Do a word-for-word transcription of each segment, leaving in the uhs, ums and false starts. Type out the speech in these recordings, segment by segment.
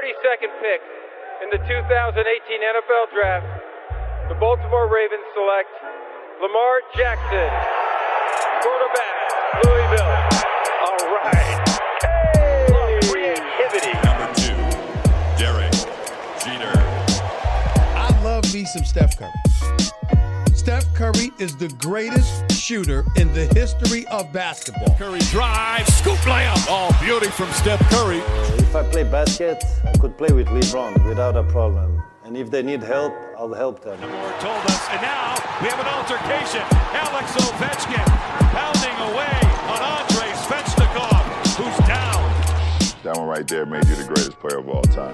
thirty-second pick in the two thousand eighteen N F L Draft, the Baltimore Ravens select Lamar Jackson, quarterback, Louisville. All right. Hey! Creativity. Number two, Derek Jeter. I love me some Steph Curry. Steph Curry is the greatest shooter in the history of basketball. Curry drive, scoop layup. Oh, beauty from Steph Curry. If I play basket, I could play with LeBron without a problem. And if they need help, I'll help them. Moore told us, and now we have an altercation. Alex Ovechkin pounding away on Andrei Svechnikov, who's down. That one right there made you the greatest player of all time.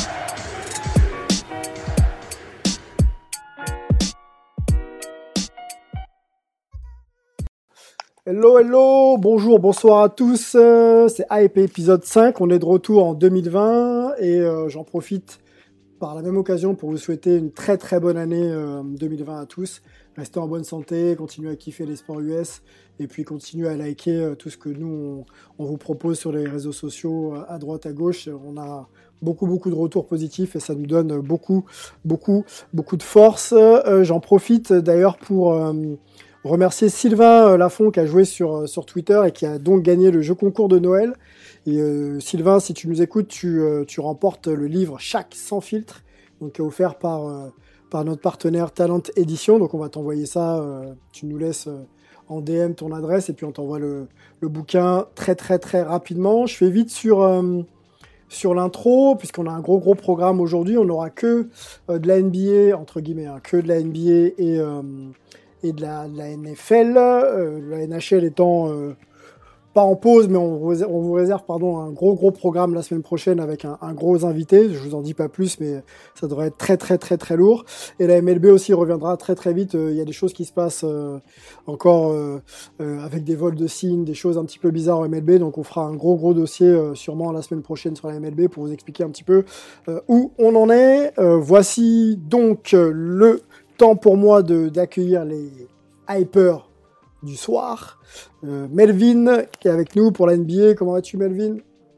Hello, hello, bonjour, bonsoir à tous, euh, c'est Hype épisode cinq, on est de retour en deux mille vingt et euh, j'en profite par la même occasion pour vous souhaiter une très très bonne année euh, deux mille vingt à tous. Restez en bonne santé, continuez à kiffer les sports U S et puis continuez à liker euh, tout ce que nous on, on vous propose sur les réseaux sociaux à droite à gauche. On a beaucoup beaucoup de retours positifs et ça nous donne beaucoup beaucoup beaucoup de force. Euh, j'en profite d'ailleurs pour... Euh, remercier Sylvain Lafont qui a joué sur, sur Twitter et qui a donc gagné le jeu concours de Noël. Et euh, Sylvain, si tu nous écoutes, tu, euh, tu remportes le livre Shaq sans filtre, donc qui est offert par, euh, par notre partenaire Talent Édition. Donc on va t'envoyer ça, euh, tu nous laisses euh, en D M ton adresse et puis on t'envoie le, le bouquin très très très rapidement. Je fais vite sur, euh, sur l'intro, puisqu'on a un gros gros programme aujourd'hui. On n'aura que euh, de la N B A, entre guillemets, hein, que de la N B A et... Euh, et de la, de la N F L, euh, la N H L étant euh, pas en pause, mais on, on vous réserve pardon, un gros gros programme la semaine prochaine avec un, un gros invité. Je vous en dis pas plus, mais ça devrait être très très très très lourd. Et la M L B aussi reviendra très très vite. Il euh, y a des choses qui se passent euh, encore euh, euh, avec des vols de signes, des choses un petit peu bizarres en M L B. Donc on fera un gros gros dossier euh, sûrement la semaine prochaine sur la M L B pour vous expliquer un petit peu euh, où on en est. Euh, voici donc euh, le temps pour moi de, d'accueillir les hypers du soir. Euh, Melvin qui est avec nous pour la N B A. Comment vas-tu, Melvin ?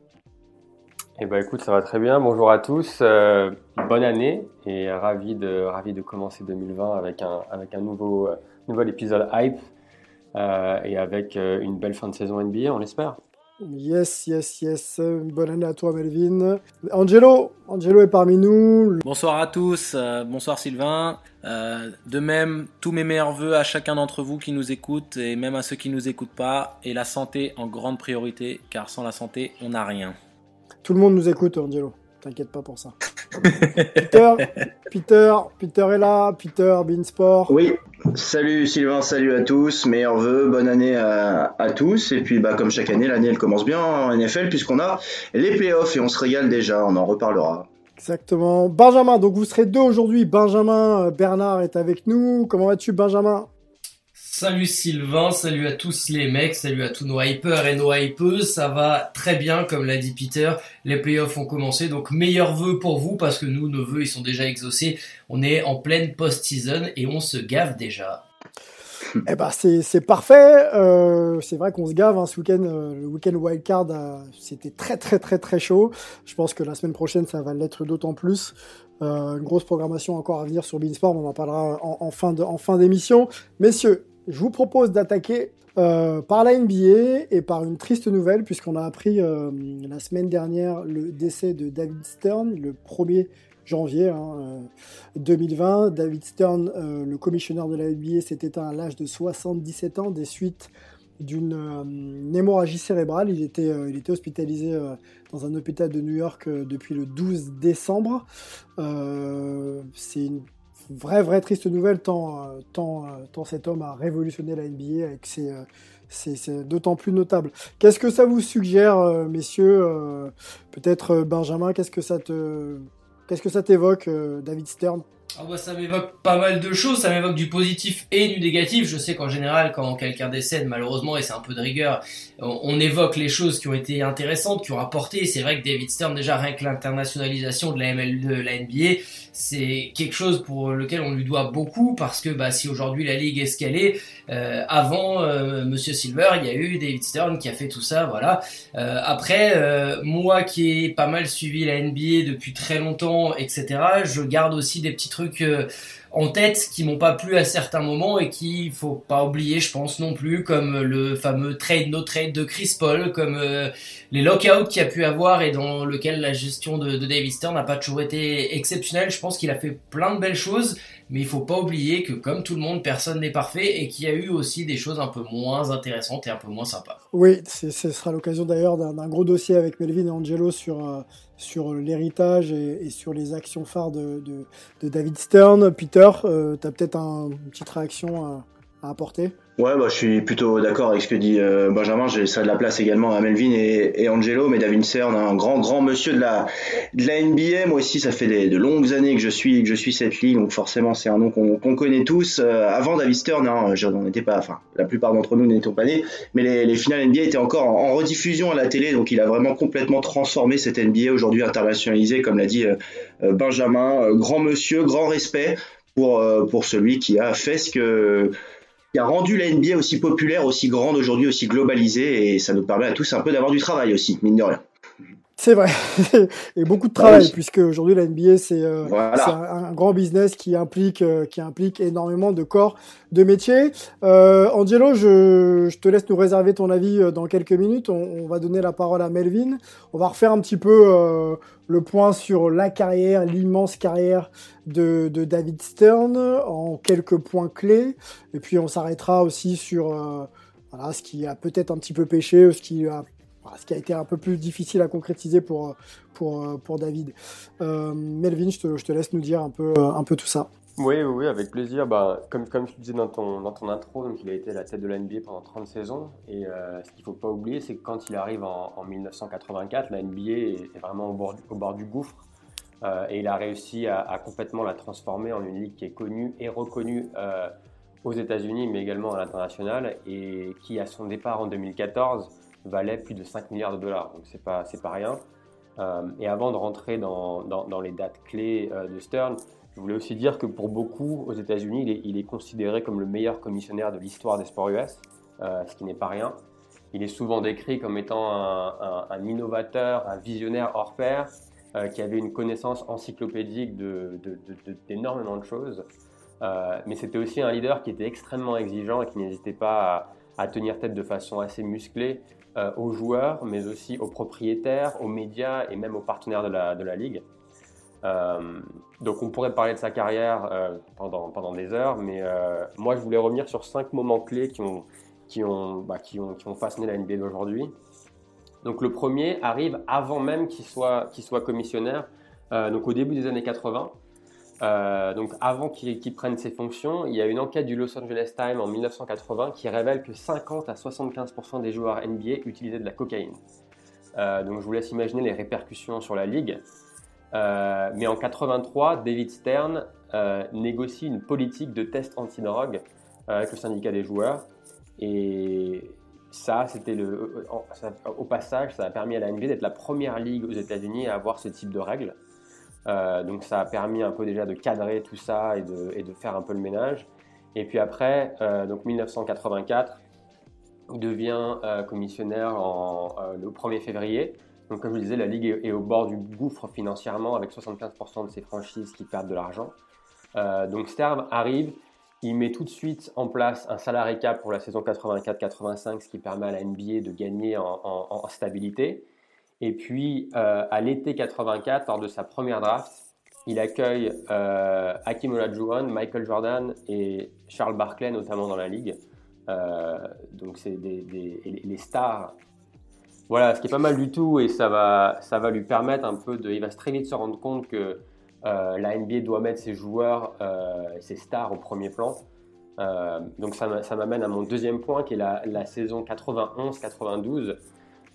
Eh ben écoute, ça va très bien. Bonjour à tous. Euh, bonne année et ravi de ravi de commencer deux mille vingt avec un avec un nouveau euh, nouvel épisode hype euh, et avec euh, une belle fin de saison N B A, on l'espère. Yes, yes, yes. Bonne année à toi, Melvin. Angelo, Angelo est parmi nous. Bonsoir à tous, euh, bonsoir Sylvain. Euh, de même, tous mes meilleurs vœux à chacun d'entre vous qui nous écoute et même à ceux qui nous écoutent pas. Et la santé en grande priorité, car sans la santé, on n'a rien. Tout le monde nous écoute, Angelo. T'inquiète pas pour ça. Peter, Peter, Peter est là. Peter, Beansport. Oui. Salut Sylvain, salut à tous, meilleurs vœux, bonne année à, à tous, et puis bah, comme chaque année, l'année elle commence bien en N F L puisqu'on a les playoffs et on se régale déjà, on en reparlera. Exactement. Benjamin, donc vous serez deux aujourd'hui, Benjamin Bernard est avec nous, comment vas-tu Benjamin ? Salut Sylvain, salut à tous les mecs, salut à tous nos hypers et nos hypeuses, ça va très bien comme l'a dit Peter, les playoffs ont commencé, donc meilleurs vœux pour vous parce que nous, nos vœux ils sont déjà exaucés, on est en pleine post-season et on se gave déjà. Eh ben c'est, c'est parfait, euh, c'est vrai qu'on se gave hein, ce week-end, euh, le week-end wildcard euh, c'était très très très très chaud, je pense que la semaine prochaine ça va l'être d'autant plus. Euh, une grosse programmation encore à venir sur Beansport, on en parlera en, en, fin, de, en fin d'émission. Messieurs, je vous propose d'attaquer euh, par la N B A et par une triste nouvelle, puisqu'on a appris euh, la semaine dernière le décès de David Stern, le premier janvier hein, euh, deux mille vingt. David Stern, euh, le commissionnaire de la N B A, s'est éteint à l'âge de soixante-dix-sept ans des suites d'une euh, hémorragie cérébrale. Il était, euh, il était hospitalisé euh, dans un hôpital de New York euh, depuis le douze décembre. Euh, c'est une vraie, vraie triste nouvelle, tant, euh, tant, euh, tant cet homme a révolutionné la N B A avec ses, euh, c'est, c'est d'autant plus notable. Qu'est-ce que ça vous suggère, euh, messieurs euh, peut-être euh, Benjamin, qu'est-ce que ça te, qu'est-ce que ça t'évoque, euh, David Stern ? Ah bah ça m'évoque pas mal de choses, ça m'évoque du positif et du négatif. Je sais qu'en général, quand quelqu'un décède, malheureusement, et c'est un peu de rigueur, on, on évoque les choses qui ont été intéressantes, qui ont apporté. C'est vrai que David Stern, déjà rien que l'internationalisation de la M L, de la N B A, c'est quelque chose pour lequel on lui doit beaucoup, parce que bah si aujourd'hui la ligue est ce qu'elle est, euh, avant euh, Monsieur Silver, il y a eu David Stern qui a fait tout ça, voilà. Euh, après, euh, moi qui ai pas mal suivi la N B A depuis très longtemps, et cetera, je garde aussi des petits trucs euh, en tête qui m'ont pas plu à certains moments et qu'il faut pas oublier, je pense non plus, comme le fameux trade no trade de Chris Paul, comme euh, les lockouts qu'il y a pu avoir et dans lequel la gestion de, de David Stern n'a pas toujours été exceptionnelle. Je pense qu'il a fait plein de belles choses, mais il faut pas oublier que comme tout le monde, personne n'est parfait et qu'il y a eu aussi des choses un peu moins intéressantes et un peu moins sympas. Oui, c'est, ce sera l'occasion d'ailleurs d'un, d'un gros dossier avec Melvin et Angelo sur, euh, sur l'héritage et, et sur les actions phares de, de, de David Stern. Peter, euh, tu as peut-être un, une petite réaction à, à apporter ? Ouais, bah, je suis plutôt d'accord avec ce que dit euh, Benjamin. J'ai ça de la place également à Melvin et, et Angelo, mais David Stern, un grand, grand monsieur de la, de la N B A. Moi aussi, ça fait des, de longues années que je suis, que je suis cette ligue, donc forcément, c'est un nom qu'on, qu'on connaît tous. Euh, avant David Stern, hein, on n'était pas, enfin, la plupart d'entre nous n'étions pas nés, mais les, les finales N B A étaient encore en, en rediffusion à la télé, donc il a vraiment complètement transformé cette N B A aujourd'hui internationalisée, comme l'a dit euh, Benjamin. Euh, grand monsieur, grand respect pour euh, pour celui qui a fait ce que qui a rendu la N B A aussi populaire, aussi grande aujourd'hui, aussi globalisée, et ça nous permet à tous un peu d'avoir du travail aussi, mine de rien. C'est vrai, et beaucoup de travail, oui. puisque aujourd'hui la N B A c'est, euh, voilà. c'est un, un grand business qui implique, euh, qui implique énormément de corps, de métiers. Euh, Angelo, je, je te laisse nous réserver ton avis dans quelques minutes. On, on va donner la parole à Melvin. On va refaire un petit peu euh, le point sur la carrière, l'immense carrière de, de David Stern en quelques points clés. Et puis on s'arrêtera aussi sur euh, voilà, ce qui a peut-être un petit peu péché, ce qui a ce qui a été un peu plus difficile à concrétiser pour, pour, pour David. Euh, Melvin, je te, je te laisse nous dire un peu, un peu tout ça. Oui, oui, oui, avec plaisir. Bah, comme, comme tu disais dans ton, dans ton intro, donc il a été à la tête de la N B A pendant trente saisons. Et euh, ce qu'il ne faut pas oublier, c'est que quand il arrive en, en dix-neuf cent quatre-vingt-quatre, la N B A est, est vraiment au bord, au bord du gouffre. Euh, et il a réussi à, à complètement la transformer en une ligue qui est connue et reconnue euh, aux États-Unis, mais également à l'international, et qui, à son départ en deux mille quatorze, valait plus de cinq milliards de dollars, donc c'est pas, c'est pas rien. Euh, et avant de rentrer dans, dans, dans les dates clés euh, de Stern, je voulais aussi dire que pour beaucoup, aux États-Unis, il est, il est considéré comme le meilleur commissionnaire de l'histoire des sports U S, euh, ce qui n'est pas rien. Il est souvent décrit comme étant un, un, un innovateur, un visionnaire hors pair, euh, qui avait une connaissance encyclopédique de, de, de, de, d'énormément de choses. Euh, mais c'était aussi un leader qui était extrêmement exigeant et qui n'hésitait pas à, à tenir tête de façon assez musclée Euh, aux joueurs, mais aussi aux propriétaires, aux médias et même aux partenaires de la, de la ligue. Euh, donc on pourrait parler de sa carrière euh, pendant, pendant des heures, mais euh, moi je voulais revenir sur cinq moments clés qui ont, qui ont, bah, qui ont, qui ont façonné la N B A d'aujourd'hui. Donc le premier arrive avant même qu'il soit, qu'il soit commissionnaire, euh, donc au début des années quatre-vingts. Euh, donc avant qu'il, qu'il prenne ses fonctions, il y a une enquête du Los Angeles Times en dix-neuf cent quatre-vingts qui révèle que cinquante à soixante-quinze pour cent des joueurs N B A utilisaient de la cocaïne. Euh, donc je vous laisse imaginer les répercussions sur la ligue. Euh, mais en quatre-vingt-trois, David Stern euh, négocie une politique de test antidrogue euh, avec le syndicat des joueurs. Et ça, c'était le, ça, au passage, ça a permis à la N B A d'être la première ligue aux États-Unis à avoir ce type de règles. Euh, donc ça a permis un peu déjà de cadrer tout ça et de, et de faire un peu le ménage. Et puis après, euh, donc dix-neuf cent quatre-vingt-quatre, il devient euh, commissionnaire en, euh, le premier février. Donc comme je disais, la ligue est, est au bord du gouffre financièrement avec soixante-quinze pour cent de ses franchises qui perdent de l'argent. Euh, donc Stern arrive, il met tout de suite en place un salary cap pour la saison quatre-vingt-quatre quatre-vingt-cinq, ce qui permet à la N B A de gagner en, en, en stabilité. Et puis, euh, à l'été quatre-vingt-quatre, lors de sa première draft, il accueille euh, Hakeem Olajuwon, Michael Jordan et Charles Barkley, notamment dans la ligue. Euh, donc, c'est des, des, les stars. Voilà, ce qui est pas mal du tout, et ça va, ça va lui permettre un peu de... Il va très vite se rendre compte que euh, la N B A doit mettre ses joueurs, euh, ses stars au premier plan. Euh, donc, ça, ça m'amène à mon deuxième point, qui est la, la saison quatre-vingt-onze quatre-vingt-douze.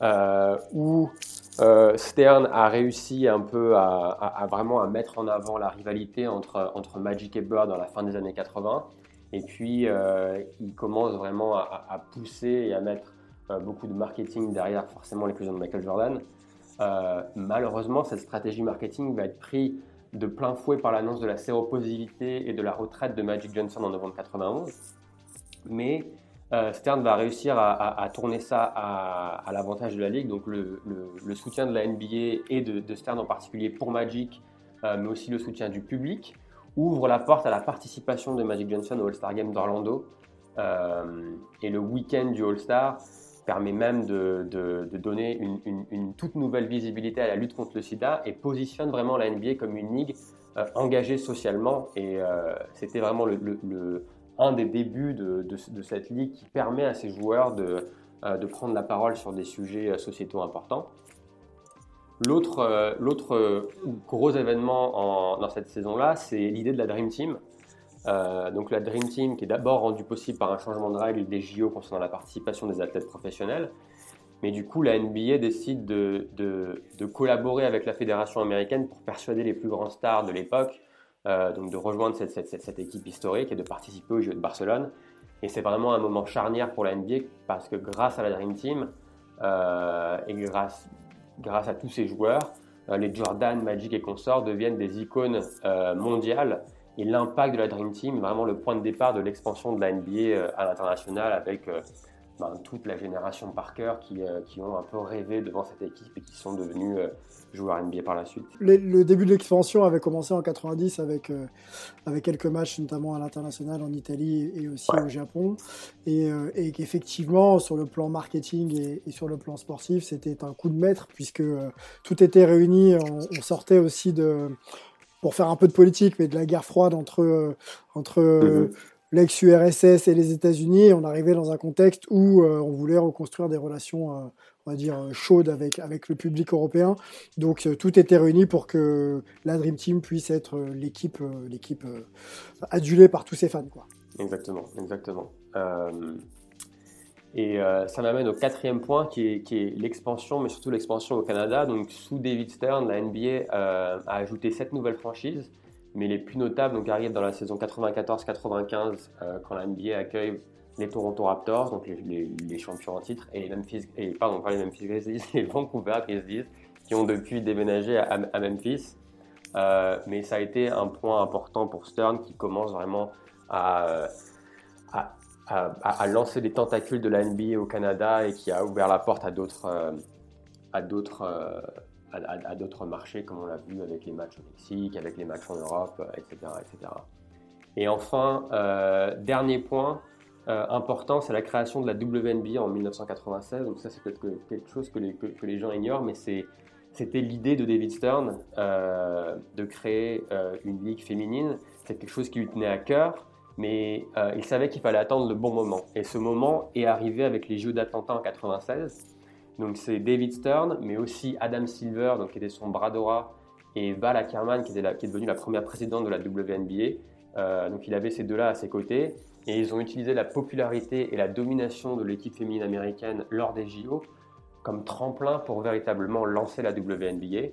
euh, où euh, Stern a réussi un peu à, à, à vraiment à mettre en avant la rivalité entre, entre Magic et Bird dans la fin des années quatre-vingts. Et puis, euh, il commence vraiment à, à pousser et à mettre euh, beaucoup de marketing derrière forcément l'éclosion de Michael Jordan. Euh, malheureusement, cette stratégie marketing va être prise de plein fouet par l'annonce de la séropositivité et de la retraite de Magic Johnson en novembre quatre-vingt-onze. Mais euh, Stern va réussir à, à, à tourner ça à, à l'avantage de la Ligue. Donc le, le, le soutien de la N B A et de, de Stern en particulier pour Magic, euh, mais aussi le soutien du public, ouvre la porte à la participation de Magic Johnson au All-Star Game d'Orlando. Euh, et le week-end du All-Star permet même de, de, de donner une, une, une toute nouvelle visibilité à la lutte contre le sida et positionne vraiment la N B A comme une ligue euh, engagée socialement. Et euh, c'était vraiment le, le, le, un des débuts de, de, de cette ligue qui permet à ces joueurs de, euh, de prendre la parole sur des sujets sociétaux importants. L'autre, euh, l'autre euh, gros événement en, dans cette saison-là, c'est l'idée de la Dream Team. Euh, donc la Dream Team qui est d'abord rendue possible par un changement de règles des J O concernant la participation des athlètes professionnels. Mais du coup, la N B A décide de, de, de collaborer avec la fédération américaine pour persuader les plus grands stars de l'époque euh, donc de rejoindre cette, cette, cette, cette équipe historique et de participer aux Jeux de Barcelone. Et c'est vraiment un moment charnière pour la N B A parce que grâce à la Dream Team euh, et grâce, grâce à tous ces joueurs, euh, les Jordan, Magic et consorts deviennent des icônes euh, mondiales. Et l'impact de la Dream Team est vraiment le point de départ de l'expansion de la N B A à l'international avec euh, ben, toute la génération Parker qui, euh, qui ont un peu rêvé devant cette équipe et qui sont devenus euh, joueurs N B A par la suite. Le, le début de l'expansion avait commencé en quatre-vingt-dix avec, euh, avec quelques matchs notamment à l'international en Italie et aussi ouais. au Japon. Et, euh, et qu'effectivement, sur le plan marketing et, et sur le plan sportif, c'était un coup de maître puisque euh, tout était réuni. On, on sortait aussi de... pour faire un peu de politique, mais de la guerre froide entre, euh, entre euh, mmh. l'ex-U R S S et les États-Unis. On arrivait dans un contexte où euh, on voulait reconstruire des relations, euh, on va dire, chaudes avec, avec le public européen. Donc, euh, tout était réuni pour que la Dream Team puisse être euh, l'équipe, euh, l'équipe euh, adulée par tous ses fans, quoi. Exactement, exactement. Euh... Et euh, ça m'amène au quatrième point qui est, qui est l'expansion, mais surtout l'expansion au Canada. Donc sous David Stern, la N B A euh, a ajouté sept nouvelles franchises, mais les plus notables donc, arrivent dans la saison quatre-vingt-quatorze quatre-vingt-quinze euh, quand la N B A accueille les Toronto Raptors, donc les, les, les champions en titre, et les Memphis, et, pardon, pas les Memphis Grizzlies, les Vancouver Grizzlies, qui ont depuis déménagé à, à Memphis. Euh, mais ça a été un point important pour Stern qui commence vraiment à... à À, à lancer les tentacules de la N B A au Canada et qui a ouvert la porte à d'autres, euh, à d'autres, euh, à, à, à d'autres marchés, comme on l'a vu avec les matchs au Mexique, avec les matchs en Europe, et cetera, et cetera. Et enfin, euh, dernier point euh, important, c'est la création de la W N B A en dix-neuf cent quatre-vingt-seize. Donc ça, c'est peut-être que, quelque chose que les, que, que les gens ignorent, mais c'est, c'était l'idée de David Stern euh, de créer euh, une ligue féminine. C'est quelque chose qui lui tenait à cœur. Mais euh, il savait qu'il fallait attendre le bon moment. Et ce moment est arrivé avec les Jeux d'Atlanta en quatre-vingt-seize. Donc c'est David Stern, mais aussi Adam Silver, donc, qui était son bras droit, et Val Ackerman, qui, était la, qui est devenue la première présidente de la W N B A. Euh, donc il avait ces deux-là à ses côtés. Et ils ont utilisé la popularité et la domination de l'équipe féminine américaine lors des J O comme tremplin pour véritablement lancer la W N B A.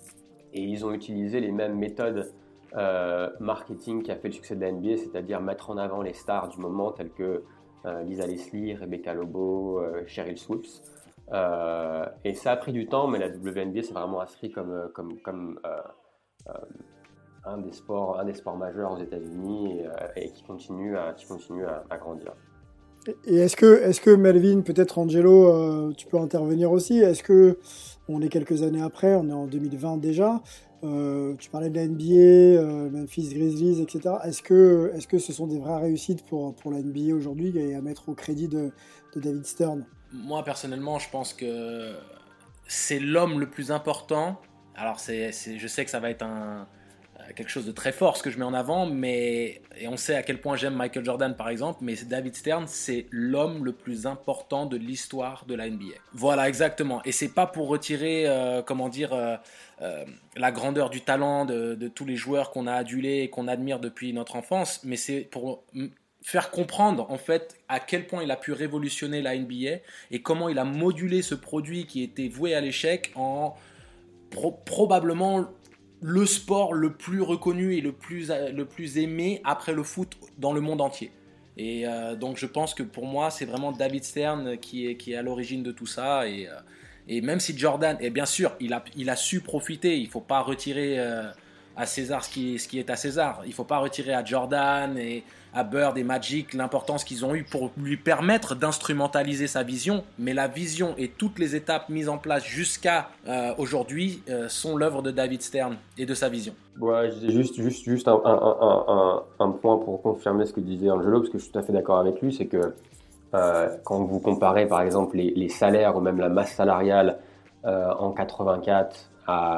Et ils ont utilisé les mêmes méthodes Euh, marketing qui a fait le succès de la N B A, c'est-à-dire mettre en avant les stars du moment telles que euh, Lisa Leslie, Rebecca Lobo, euh, Sheryl Swoops. Euh, et ça a pris du temps, mais la W N B A s'est vraiment inscrit comme, comme, comme euh, euh, un, des sports, un des sports majeurs aux États-Unis et, euh, et qui continue à, qui continue à, à grandir. Et est-ce que, est-ce que Melvin, peut-être Angelo, euh, tu peux intervenir aussi? Est-ce que on est quelques années après, on est en deux mille vingt déjà? Euh, tu parlais de la N B A, euh, Memphis Grizzlies, et cetera. Est-ce que, est-ce que ce sont des vraies réussites pour, pour la N B A aujourd'hui et à mettre au crédit de, de David Stern? Moi, personnellement, je pense que c'est l'homme le plus important. Alors, c'est, c'est, je sais que ça va être un, quelque chose de très fort ce que je mets en avant, mais et on sait à quel point j'aime Michael Jordan, par exemple, mais David Stern, c'est l'homme le plus important de l'histoire de la N B A. Voilà, exactement. Et c'est pas pour retirer, euh, comment dire... Euh, Euh, la grandeur du talent de, de tous les joueurs qu'on a adulés et qu'on admire depuis notre enfance, mais c'est pour m- faire comprendre en fait à quel point il a pu révolutionner la N B A et comment il a modulé ce produit qui était voué à l'échec en pro- probablement le sport le plus reconnu et le plus, le plus aimé après le foot dans le monde entier. Et euh, donc je pense que pour moi c'est vraiment David Stern qui est, qui est à l'origine de tout ça. Et, euh, et même si Jordan, et bien sûr il a, il a su profiter, il ne faut pas retirer euh, à César ce qui, ce qui est à César. Il ne faut pas retirer à Jordan et à Bird et Magic l'importance qu'ils ont eu pour lui permettre d'instrumentaliser sa vision. Mais la vision et toutes les étapes mises en place jusqu'à euh, aujourd'hui euh, sont l'œuvre de David Stern et de sa vision. Ouais, j'ai juste, juste, juste un, un, un, un, un point pour confirmer ce que disait Angelo, parce que je suis tout à fait d'accord avec lui, c'est que euh, quand vous comparez par exemple les, les salaires ou même la masse salariale euh, en quatre-vingt-quatre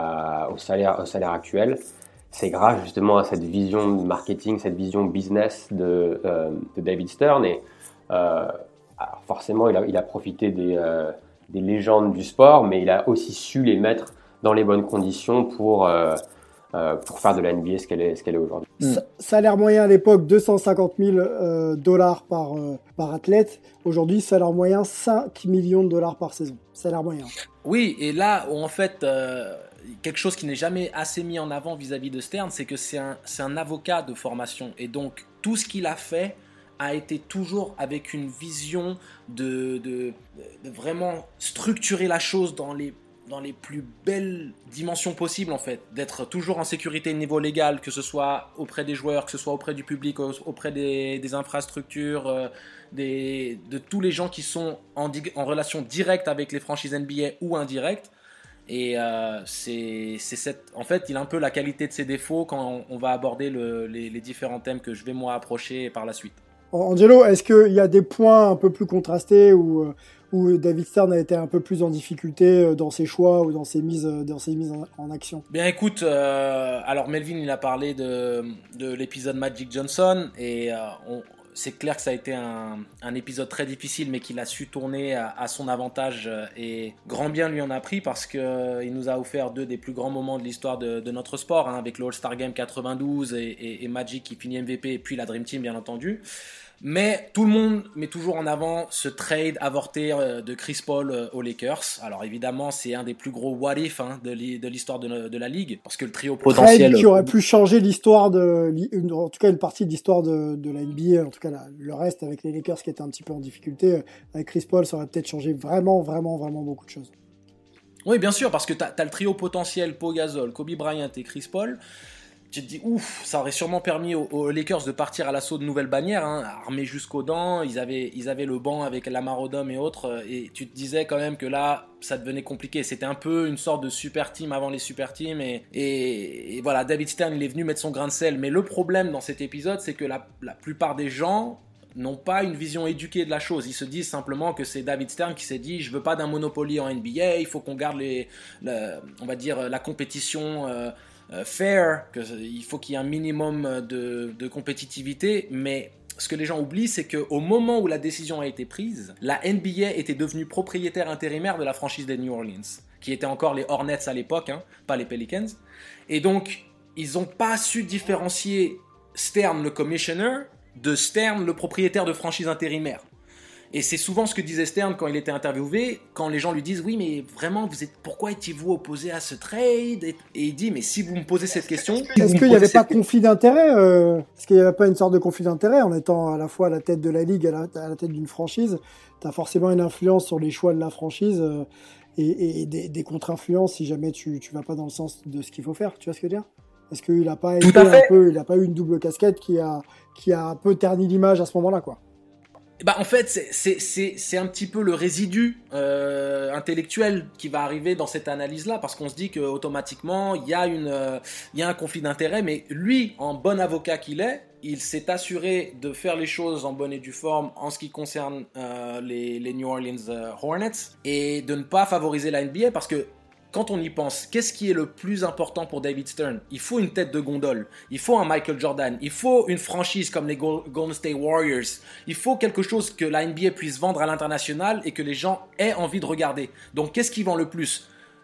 à, au, salaire, au salaire actuel, c'est grâce justement à cette vision de marketing, cette vision business de, euh, de David Stern. Et euh, alors forcément, il a, il a profité des, euh, des légendes du sport, mais il a aussi su les mettre dans les bonnes conditions pour, euh, euh, pour faire de la N B A ce qu'elle est, ce qu'elle est aujourd'hui. Mm. Salaire moyen à l'époque, deux cent cinquante mille euh, dollars par, euh, par athlète. Aujourd'hui, salaire moyen, cinq millions de dollars par saison. Salaire moyen. Oui, et là, en fait... Euh... quelque chose qui n'est jamais assez mis en avant vis-à-vis de Stern, c'est que c'est un, c'est un avocat de formation. Et donc, tout ce qu'il a fait a été toujours avec une vision de, de, de vraiment structurer la chose dans les, dans les plus belles dimensions possibles, en fait. D'être toujours en sécurité au niveau légal, que ce soit auprès des joueurs, que ce soit auprès du public, auprès des, des infrastructures, euh, des, de tous les gens qui sont en, en relation directe avec les franchises N B A ou indirecte. Et euh, c'est, c'est cette, en fait, il a un peu la qualité de ses défauts quand on, on va aborder le, les, les différents thèmes que je vais moi approcher par la suite. Angelo, est-ce qu'il y a des points un peu plus contrastés où, où David Stern a été un peu plus en difficulté dans ses choix ou dans ses mises, dans ses mises en, en action? Bien écoute, euh, alors Melvin il a parlé de, de l'épisode Magic Johnson et euh, on, c'est clair que ça a été un, un épisode très difficile, mais qu'il a su tourner à, à son avantage et grand bien lui en a pris parce qu'il euh, nous a offert deux des plus grands moments de l'histoire de, de notre sport, hein, avec le All-Star Game quatre-vingt-douze et, et, et Magic qui finit M V P et puis la Dream Team bien entendu. Mais tout le monde met toujours en avant ce trade avorté de Chris Paul aux Lakers. Alors évidemment, c'est un des plus gros what if hein, de, li- de l'histoire de, de la ligue, parce que le trio potentiel... Trade qui aurait pu changer l'histoire, de, en tout cas une partie de l'histoire de, de la N B A, en tout cas la, le reste avec les Lakers qui étaient un petit peu en difficulté. Avec Chris Paul, ça aurait peut-être changé vraiment, vraiment, vraiment beaucoup de choses. Oui, bien sûr, parce que tu as le trio potentiel Pau Gasol, Kobe Bryant et Chris Paul. Tu te dis, ouf, ça aurait sûrement permis aux, aux Lakers de partir à l'assaut de nouvelles bannières, hein, armés jusqu'aux dents. Ils avaient, ils avaient le banc avec Lamar Odom et autres. Et tu te disais quand même que là, ça devenait compliqué. C'était un peu une sorte de super team avant les super teams. Et, et, et voilà, David Stern, il est venu mettre son grain de sel. Mais le problème dans cet épisode, c'est que la, la plupart des gens n'ont pas une vision éduquée de la chose. Ils se disent simplement que c'est David Stern qui s'est dit, je veux pas d'un Monopoly en N B A, il faut qu'on garde les, le, on va dire, la compétition... Euh, Euh, fair, que, il faut qu'il y ait un minimum de, de compétitivité, mais ce que les gens oublient, c'est qu'au moment où la décision a été prise, la N B A était devenue propriétaire intérimaire de la franchise des New Orleans, qui étaient encore les Hornets à l'époque, hein, pas les Pelicans, et donc ils n'ont pas su différencier Stern le commissioner de Stern le propriétaire de franchise intérimaire. Et c'est souvent ce que disait Stern quand il était interviewé, quand les gens lui disent « Oui, mais vraiment, vous êtes, pourquoi étiez-vous opposé à ce trade ?» Et il dit « Mais si vous me posez cette question... » Est-ce qu'il n'y avait pas conflit d'intérêt euh, Est-ce qu'il n'y avait pas une sorte de conflit d'intérêt en étant à la fois à la tête de la ligue, à la, à la tête d'une franchise? Tu as forcément une influence sur les choix de la franchise euh, et, et des, des contre-influences si jamais tu ne vas pas dans le sens de ce qu'il faut faire. Tu vois ce que je veux dire? Est-ce qu'il n'a pas, été un peu, il a pas eu une double casquette qui a, qui a un peu terni l'image à ce moment-là, quoi? Bah, en fait, c'est, c'est, c'est, c'est un petit peu le résidu euh, intellectuel qui va arriver dans cette analyse-là, parce qu'on se dit qu'automatiquement, il y a une, euh, il y a un conflit d'intérêt, mais lui, en bon avocat qu'il est, il s'est assuré de faire les choses en bonne et due forme en ce qui concerne euh, les, les New Orleans euh, Hornets, et de ne pas favoriser la N B A, parce que quand on y pense, qu'est-ce qui est le plus important pour David Stern? Il faut une tête de gondole, il faut un Michael Jordan, il faut une franchise comme les Golden State Warriors, il faut quelque chose que la N B A puisse vendre à l'international et que les gens aient envie de regarder. Donc qu'est-ce qui vend le plus?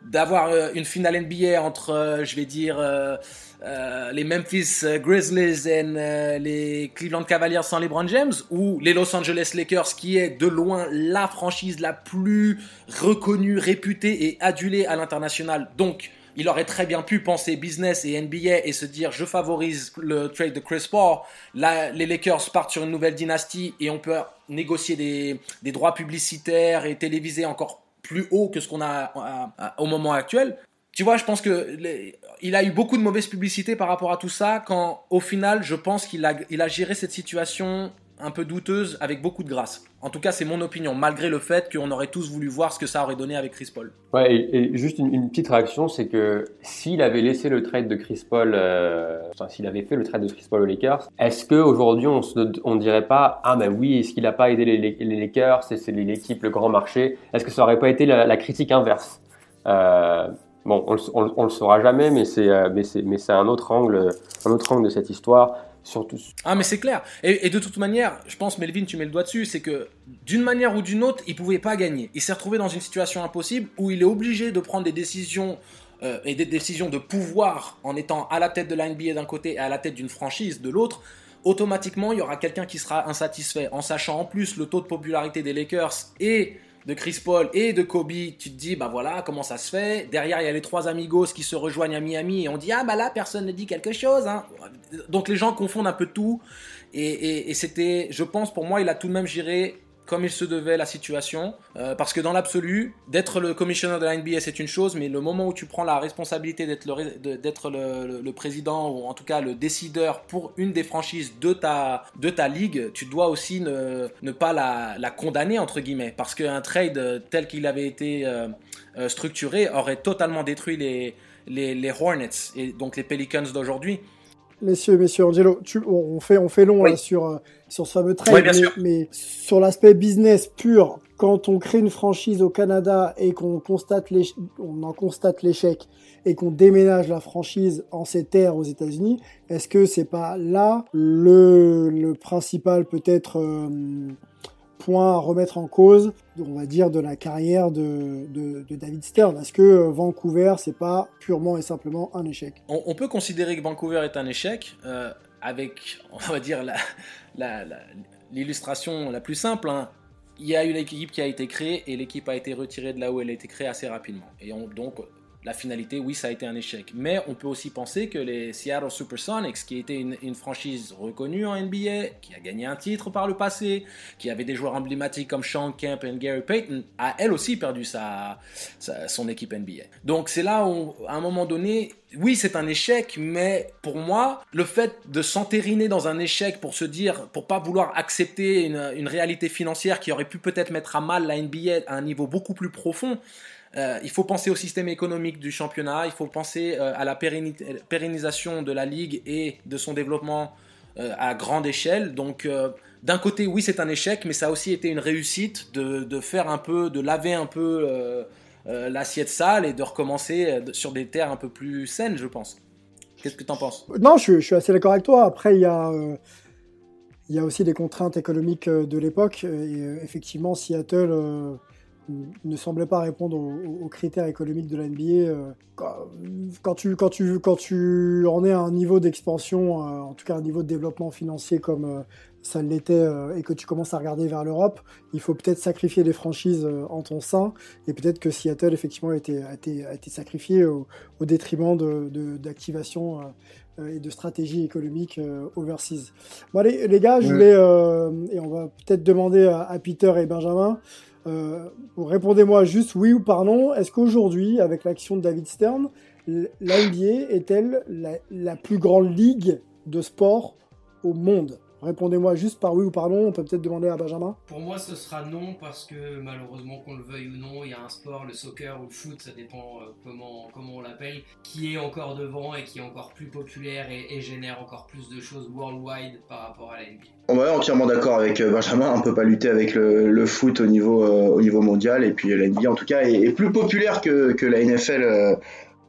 d'avoir euh, une finale N B A entre, euh, je vais dire, euh, euh, les Memphis Grizzlies et euh, les Cleveland Cavaliers sans LeBron James, ou les Los Angeles Lakers, qui est de loin la franchise la plus reconnue, réputée et adulée à l'international. Donc, il aurait très bien pu penser business et N B A et se dire je favorise le trade de Chris Paul. Là, les Lakers partent sur une nouvelle dynastie et on peut négocier des, des droits publicitaires et télévisés encore plus haut que ce qu'on a à, à, au moment actuel. Tu vois, je pense que les, il a eu beaucoup de mauvaise publicité par rapport à tout ça quand au final, je pense qu'il a, il a géré cette situation un peu douteuse avec beaucoup de grâce. En tout cas, c'est mon opinion, malgré le fait qu'on aurait tous voulu voir ce que ça aurait donné avec Chris Paul. Ouais, et, et juste une, une petite réaction, c'est que s'il avait laissé le trade de Chris Paul, euh, enfin, s'il avait fait le trade de Chris Paul aux Lakers, est-ce qu'aujourd'hui on ne on dirait pas « Ah ben oui, est-ce qu'il n'a pas aidé les, les Lakers, c'est, c'est l'équipe, le grand marché ?» Est-ce que ça n'aurait pas été la, la critique inverse? euh, Bon, on, on, on le saura jamais, mais c'est, mais c'est, mais c'est un autre angle, un autre angle de cette histoire. Surtout. Ah mais c'est clair, et, et de toute manière, je pense Melvin, tu mets le doigt dessus, c'est que d'une manière ou d'une autre, il pouvait pas gagner. Il s'est retrouvé dans une situation impossible où il est obligé de prendre des décisions euh, et des décisions de pouvoir en étant à la tête de la N B A d'un côté et à la tête d'une franchise de l'autre. Automatiquement, il y aura quelqu'un qui sera insatisfait, en sachant en plus le taux de popularité des Lakers et de Chris Paul et de Kobe. Tu te dis, bah voilà, comment ça se fait. Derrière, il y a les trois amigos qui se rejoignent à Miami et on dit, ah bah là, personne ne dit quelque chose. Hein. Donc les gens confondent un peu tout. Et, et, et c'était, je pense, pour moi, il a tout de même géré comme il se devait la situation. Euh, parce que dans l'absolu, d'être le commissioner de la N B A, c'est une chose, mais le moment où tu prends la responsabilité d'être le, de, d'être le, le, le président, ou en tout cas le décideur pour une des franchises de ta, de ta ligue, tu dois aussi ne, ne pas la, la condamner, entre guillemets. Parce qu'un trade tel qu'il avait été euh, euh, structuré aurait totalement détruit les, les, les Hornets, et donc les Pelicans d'aujourd'hui. Messieurs, messieurs, Angelo, tu, on, fait, on fait long oui. là, sur, sur ce fameux trade, oui, mais, mais sur l'aspect business pur, quand on crée une franchise au Canada et qu'on constate on en constate l'échec et qu'on déménage la franchise en ces terres aux États-Unis, est-ce que c'est pas là le, le principal peut-être euh, point à remettre en cause, on va dire, de la carrière de, de, de David Stern? Est-ce que Vancouver, c'est pas purement et simplement un échec? on, on peut considérer que Vancouver est un échec, euh, avec, on va dire, la, la, la, l'illustration la plus simple. Hein. Il y a une équipe qui a été créée et l'équipe a été retirée de là où elle a été créée assez rapidement. Et on, donc, la finalité, oui, ça a été un échec. Mais on peut aussi penser que les Seattle Supersonics, qui était une, une franchise reconnue en N B A, qui a gagné un titre par le passé, qui avait des joueurs emblématiques comme Sean Kemp et Gary Payton, a elle aussi perdu sa, sa, son équipe N B A. Donc c'est là où, à un moment donné, oui, c'est un échec, mais pour moi, le fait de s'entériner dans un échec pour se dire, pour pas vouloir accepter une, une réalité financière qui aurait pu peut-être mettre à mal la N B A à un niveau beaucoup plus profond, Euh, il faut penser au système économique du championnat, il faut penser euh, à la pérenni- pérennisation de la ligue et de son développement euh, à grande échelle. Donc, euh, d'un côté, oui, c'est un échec, mais ça a aussi été une réussite de, de faire un peu, de laver un peu euh, euh, l'assiette sale et de recommencer euh, sur des terres un peu plus saines, je pense. Qu'est-ce que tu en penses? Non, je, je suis assez d'accord avec toi. Après, il y a, euh, il y a aussi des contraintes économiques de l'époque. Et euh, effectivement, Seattle euh, ne semblait pas répondre aux, aux critères économiques de la N B A. Euh, quand, quand, tu, quand, tu, quand tu en es à un niveau d'expansion, euh, en tout cas un niveau de développement financier comme euh, ça l'était, euh, et que tu commences à regarder vers l'Europe, il faut peut-être sacrifier des franchises euh, en ton sein, et peut-être que Seattle effectivement a été, a été, a été sacrifié au, au détriment de, de, d'activation euh, et de stratégie économique euh, overseas. Bon allez les gars, je voulais, euh, et on va peut-être demander à, à Peter et Benjamin, Euh, répondez-moi juste oui ou par non. Est-ce qu'aujourd'hui, avec l'action de David Stern, la N B A est-elle la, la plus grande ligue de sport au monde? Répondez-moi juste par oui ou par non. On peut peut-être demander à Benjamin. Pour moi, ce sera non, parce que malheureusement, qu'on le veuille ou non, il y a un sport, le soccer ou le foot, ça dépend euh, comment, comment on l'appelle, qui est encore devant et qui est encore plus populaire et, et génère encore plus de choses worldwide par rapport à la N B A. On est entièrement d'accord avec Benjamin, on ne peut pas lutter avec le, le foot au niveau, euh, au niveau mondial, et puis la N B A en tout cas est, est plus populaire que, que la N F L euh,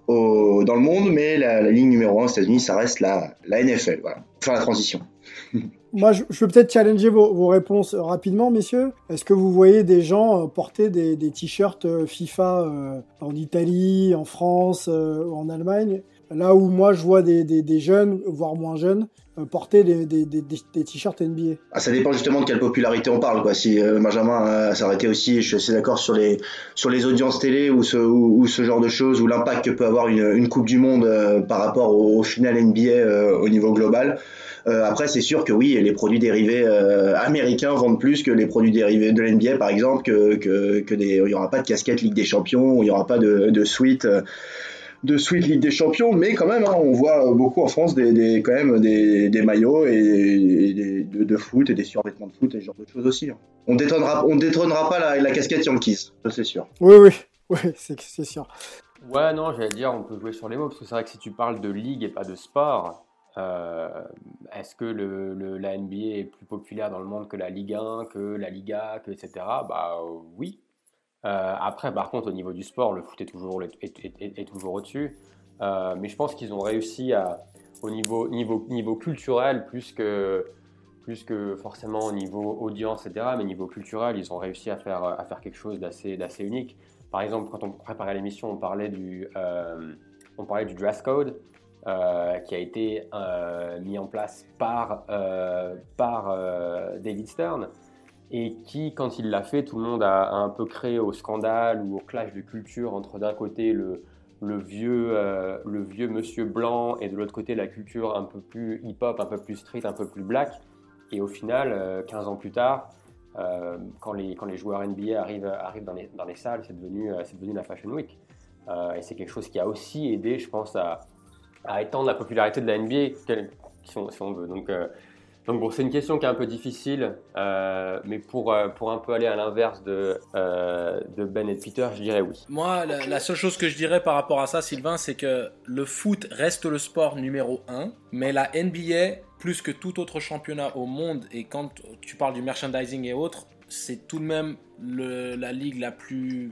au, dans le monde, mais la, la ligue numéro un aux États-Unis, ça reste la, la N F L. Voilà, pour faire la transition. Moi, je, je peux peut-être challenger vos, vos réponses rapidement, messieurs. Est-ce que vous voyez des gens euh, porter des, des t-shirts euh, FIFA euh, en Italie, en France, euh, en Allemagne, là où moi je vois des, des, des jeunes, voire moins jeunes, euh, porter des, des, des, des t-shirts N B A? Ah, ça dépend justement de quelle popularité on parle, quoi. Si euh, Benjamin euh, s'arrêtait aussi, je suis assez d'accord sur les sur les audiences télé ou ce ou, ou ce genre de choses, ou l'impact que peut avoir une, une Coupe du Monde euh, par rapport au, au final N B A euh, au niveau global. Euh, après, c'est sûr que oui, les produits dérivés euh, américains vendent plus que les produits dérivés de l'N B A, par exemple, que que, que des, il y aura pas de casquette Ligue des Champions, il y aura pas de de suite. Euh, de suite Ligue des Champions, mais quand même, hein, on voit beaucoup en France des, des quand même des, des maillots et, et des, de, de foot et des survêtements de foot et ce genre de choses aussi. Hein. On détrônera, on détrônera pas la, la casquette Yankees, ça c'est sûr. Oui, oui, oui, c'est, c'est sûr. Ouais, non, j'allais dire, on peut jouer sur les mots, parce que c'est vrai que si tu parles de ligue et pas de sport, euh, est-ce que le, le, la N B A est plus populaire dans le monde que la Ligue un, que la Liga, que et cetera. Bah euh, oui. Euh, après, par contre, au niveau du sport, le foot est toujours, est, est, est, est toujours au-dessus. Euh, mais je pense qu'ils ont réussi à, au niveau, niveau, niveau culturel, plus que, plus que forcément au niveau audience, et cetera. Mais niveau culturel, ils ont réussi à faire, à faire quelque chose d'assez, d'assez unique. Par exemple, quand on préparait l'émission, on parlait du, euh, on parlait du dress code euh, qui a été euh, mis en place par, euh, par euh, David Stern. Et qui, quand il l'a fait, tout le monde a, a un peu créé au scandale ou au clash de culture entre d'un côté le, le, vieux, euh, le vieux monsieur blanc et de l'autre côté la culture un peu plus hip-hop, un peu plus street, un peu plus black. Et au final, euh, quinze ans plus tard, euh, quand, les, quand les joueurs N B A arrivent, arrivent dans, les, dans les salles, c'est devenu, euh, c'est devenu la Fashion Week. Euh, et c'est quelque chose qui a aussi aidé, je pense, à, à étendre la popularité de la N B A, si on, si on veut. Donc, euh, Donc bon, c'est une question qui est un peu difficile, euh, mais pour, euh, pour un peu aller à l'inverse de, euh, de Ben et de Peter, je dirais oui. Moi, la, la seule chose que je dirais par rapport à ça, Sylvain, c'est que le foot reste le sport numéro un, mais la N B A, plus que tout autre championnat au monde, et quand tu parles du merchandising et autres, c'est tout de même le, la ligue la plus...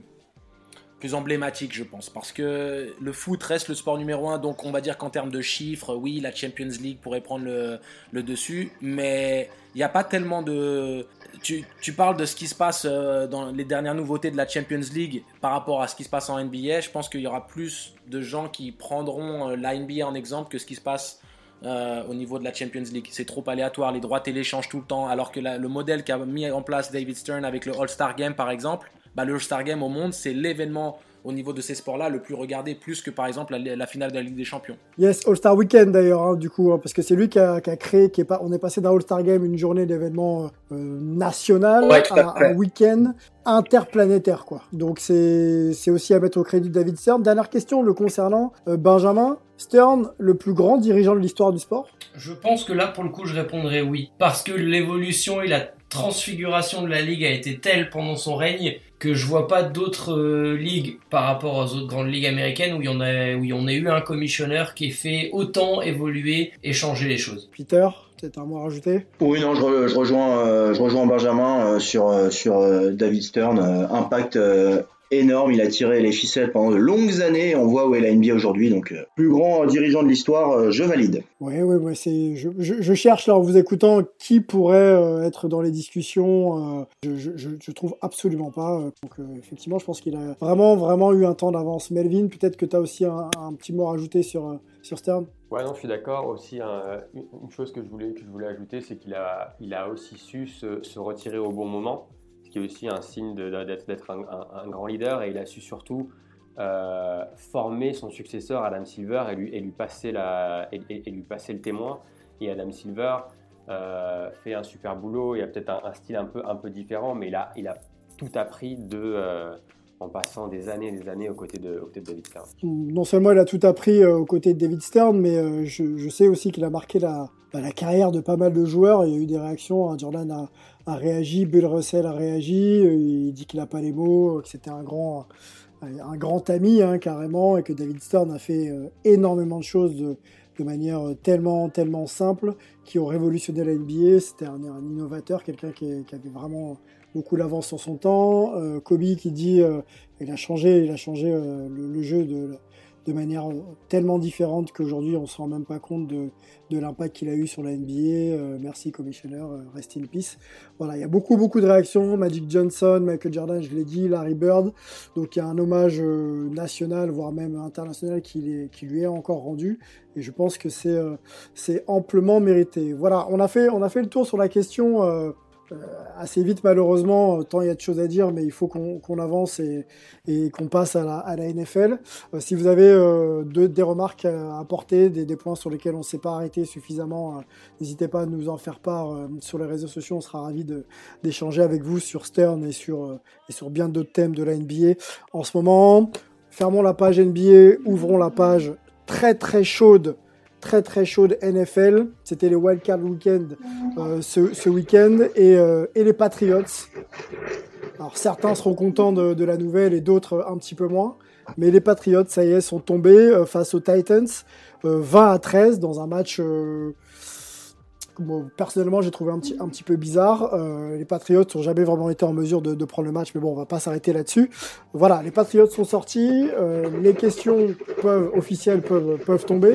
plus emblématique, je pense, parce que le foot reste le sport numéro un, donc on va dire qu'en termes de chiffres, oui, la Champions League pourrait prendre le, le dessus, mais il n'y a pas tellement de... Tu, tu parles de ce qui se passe dans les dernières nouveautés de la Champions League par rapport à ce qui se passe en N B A, je pense qu'il y aura plus de gens qui prendront la N B A en exemple que ce qui se passe euh, au niveau de la Champions League. C'est trop aléatoire, les droits télé changent tout le temps, alors que la, le modèle qu'a mis en place David Stern avec le All-Star Game, par exemple, bah, le All-Star Game au monde, c'est l'événement au niveau de ces sports-là le plus regardé, plus que par exemple la, la finale de la Ligue des Champions. Yes, All-Star Weekend d'ailleurs, hein, du coup, hein, parce que c'est lui qui a, qui a créé, qui est pas, on est passé d'un All-Star Game, une journée d'événement euh, national, ouais, à un week-end interplanétaire, quoi. Donc c'est, c'est aussi à mettre au crédit de David Stern. Dernière question le concernant, euh, Benjamin. Stern, le plus grand dirigeant de l'histoire du sport? Je pense que là, pour le coup, je répondrais oui. Parce que l'évolution et la transfiguration de la Ligue a été telle pendant son règne que je vois pas d'autres euh, ligues par rapport aux autres grandes ligues américaines où il y en a, où on a eu un commissionneur qui ait fait autant évoluer et changer les choses. Peter, peut-être un mot à rajouter? Oui, non, je, re, je rejoins, euh, je rejoins Benjamin euh, sur euh, sur euh, David Stern. Euh, impact euh, énorme, il a tiré les ficelles pendant de longues années. On voit où est la N B A aujourd'hui, donc euh, plus grand dirigeant de l'histoire, euh, je valide. Oui, oui, oui, c'est. Je, je, je cherche là en vous écoutant qui pourrait euh, être dans les discussions. Euh, je, je, je trouve absolument pas. Euh, donc euh, effectivement, je pense qu'il a vraiment, vraiment eu un temps d'avance. Melvin, peut-être que tu as aussi un, un petit mot à rajouter sur euh, sur Stern. Ouais, non, je suis d'accord. Aussi, hein, une chose que je voulais que je voulais ajouter, c'est qu'il a il a aussi su se, se retirer au bon moment, qui est aussi un signe de, d'être, d'être un, un, un grand leader, et il a su surtout euh, former son successeur Adam Silver et lui, et lui, passer, la, et, et, et lui passer le témoin. Et Adam Silver euh, fait un super boulot, il a peut-être un, un style un peu, un peu différent, mais il a, il a tout appris de, euh, en passant des années et des années aux côtés de, aux côtés de David Stern. Non seulement il a tout appris euh, aux côtés de David Stern, mais euh, je, je sais aussi qu'il a marqué la, bah, la carrière de pas mal de joueurs. Il y a eu des réactions, hein. Jordan a a réagi, Bill Russell a réagi, il dit qu'il n'a pas les mots, que c'était un grand, un grand ami hein, carrément, et que David Stern a fait euh, énormément de choses de, de manière tellement, tellement simple, qui ont révolutionné la N B A. C'était un, un innovateur, quelqu'un qui, qui avait vraiment beaucoup l'avance sur son temps. Euh, Kobe qui dit euh, il a changé, il a changé euh, le, le jeu de de manière tellement différente qu'aujourd'hui on se rend même pas compte de, de l'impact qu'il a eu sur la N B A. Euh, merci Commissioner, euh, rest in peace. Voilà, il y a beaucoup beaucoup de réactions. Magic Johnson, Michael Jordan, je l'ai dit, Larry Bird. Donc il y a un hommage euh, national, voire même international, qui, est, qui lui est encore rendu. Et je pense que c'est, euh, c'est amplement mérité. Voilà, on a fait, on a fait le tour sur la question. Euh, Euh, assez vite malheureusement, tant il y a de choses à dire, mais il faut qu'on, qu'on avance et, et qu'on passe à la, à la N F L. Euh, si vous avez euh, de, des remarques à apporter, des, des points sur lesquels on ne s'est pas arrêté suffisamment, euh, n'hésitez pas à nous en faire part euh, sur les réseaux sociaux. On sera ravis de, d'échanger avec vous sur Stern et sur, euh, et sur bien d'autres thèmes de la N B A. En ce moment, fermons la page N B A, ouvrons la page très très chaude très très chaude N F L. C'était les Wildcard Weekend euh, ce, ce week-end et, euh, et les Patriots. Alors certains seront contents de, de la nouvelle et d'autres un petit peu moins. Mais les Patriots, ça y est, sont tombés euh, face aux Titans, euh, vingt à treize dans un match. Euh, bon, personnellement, j'ai trouvé un petit, un petit peu bizarre. Euh, les Patriots n'ont jamais vraiment été en mesure de, de prendre le match, mais bon, on va pas s'arrêter là-dessus. Voilà, les Patriots sont sortis. Euh, les questions peuvent, officielles peuvent, peuvent tomber.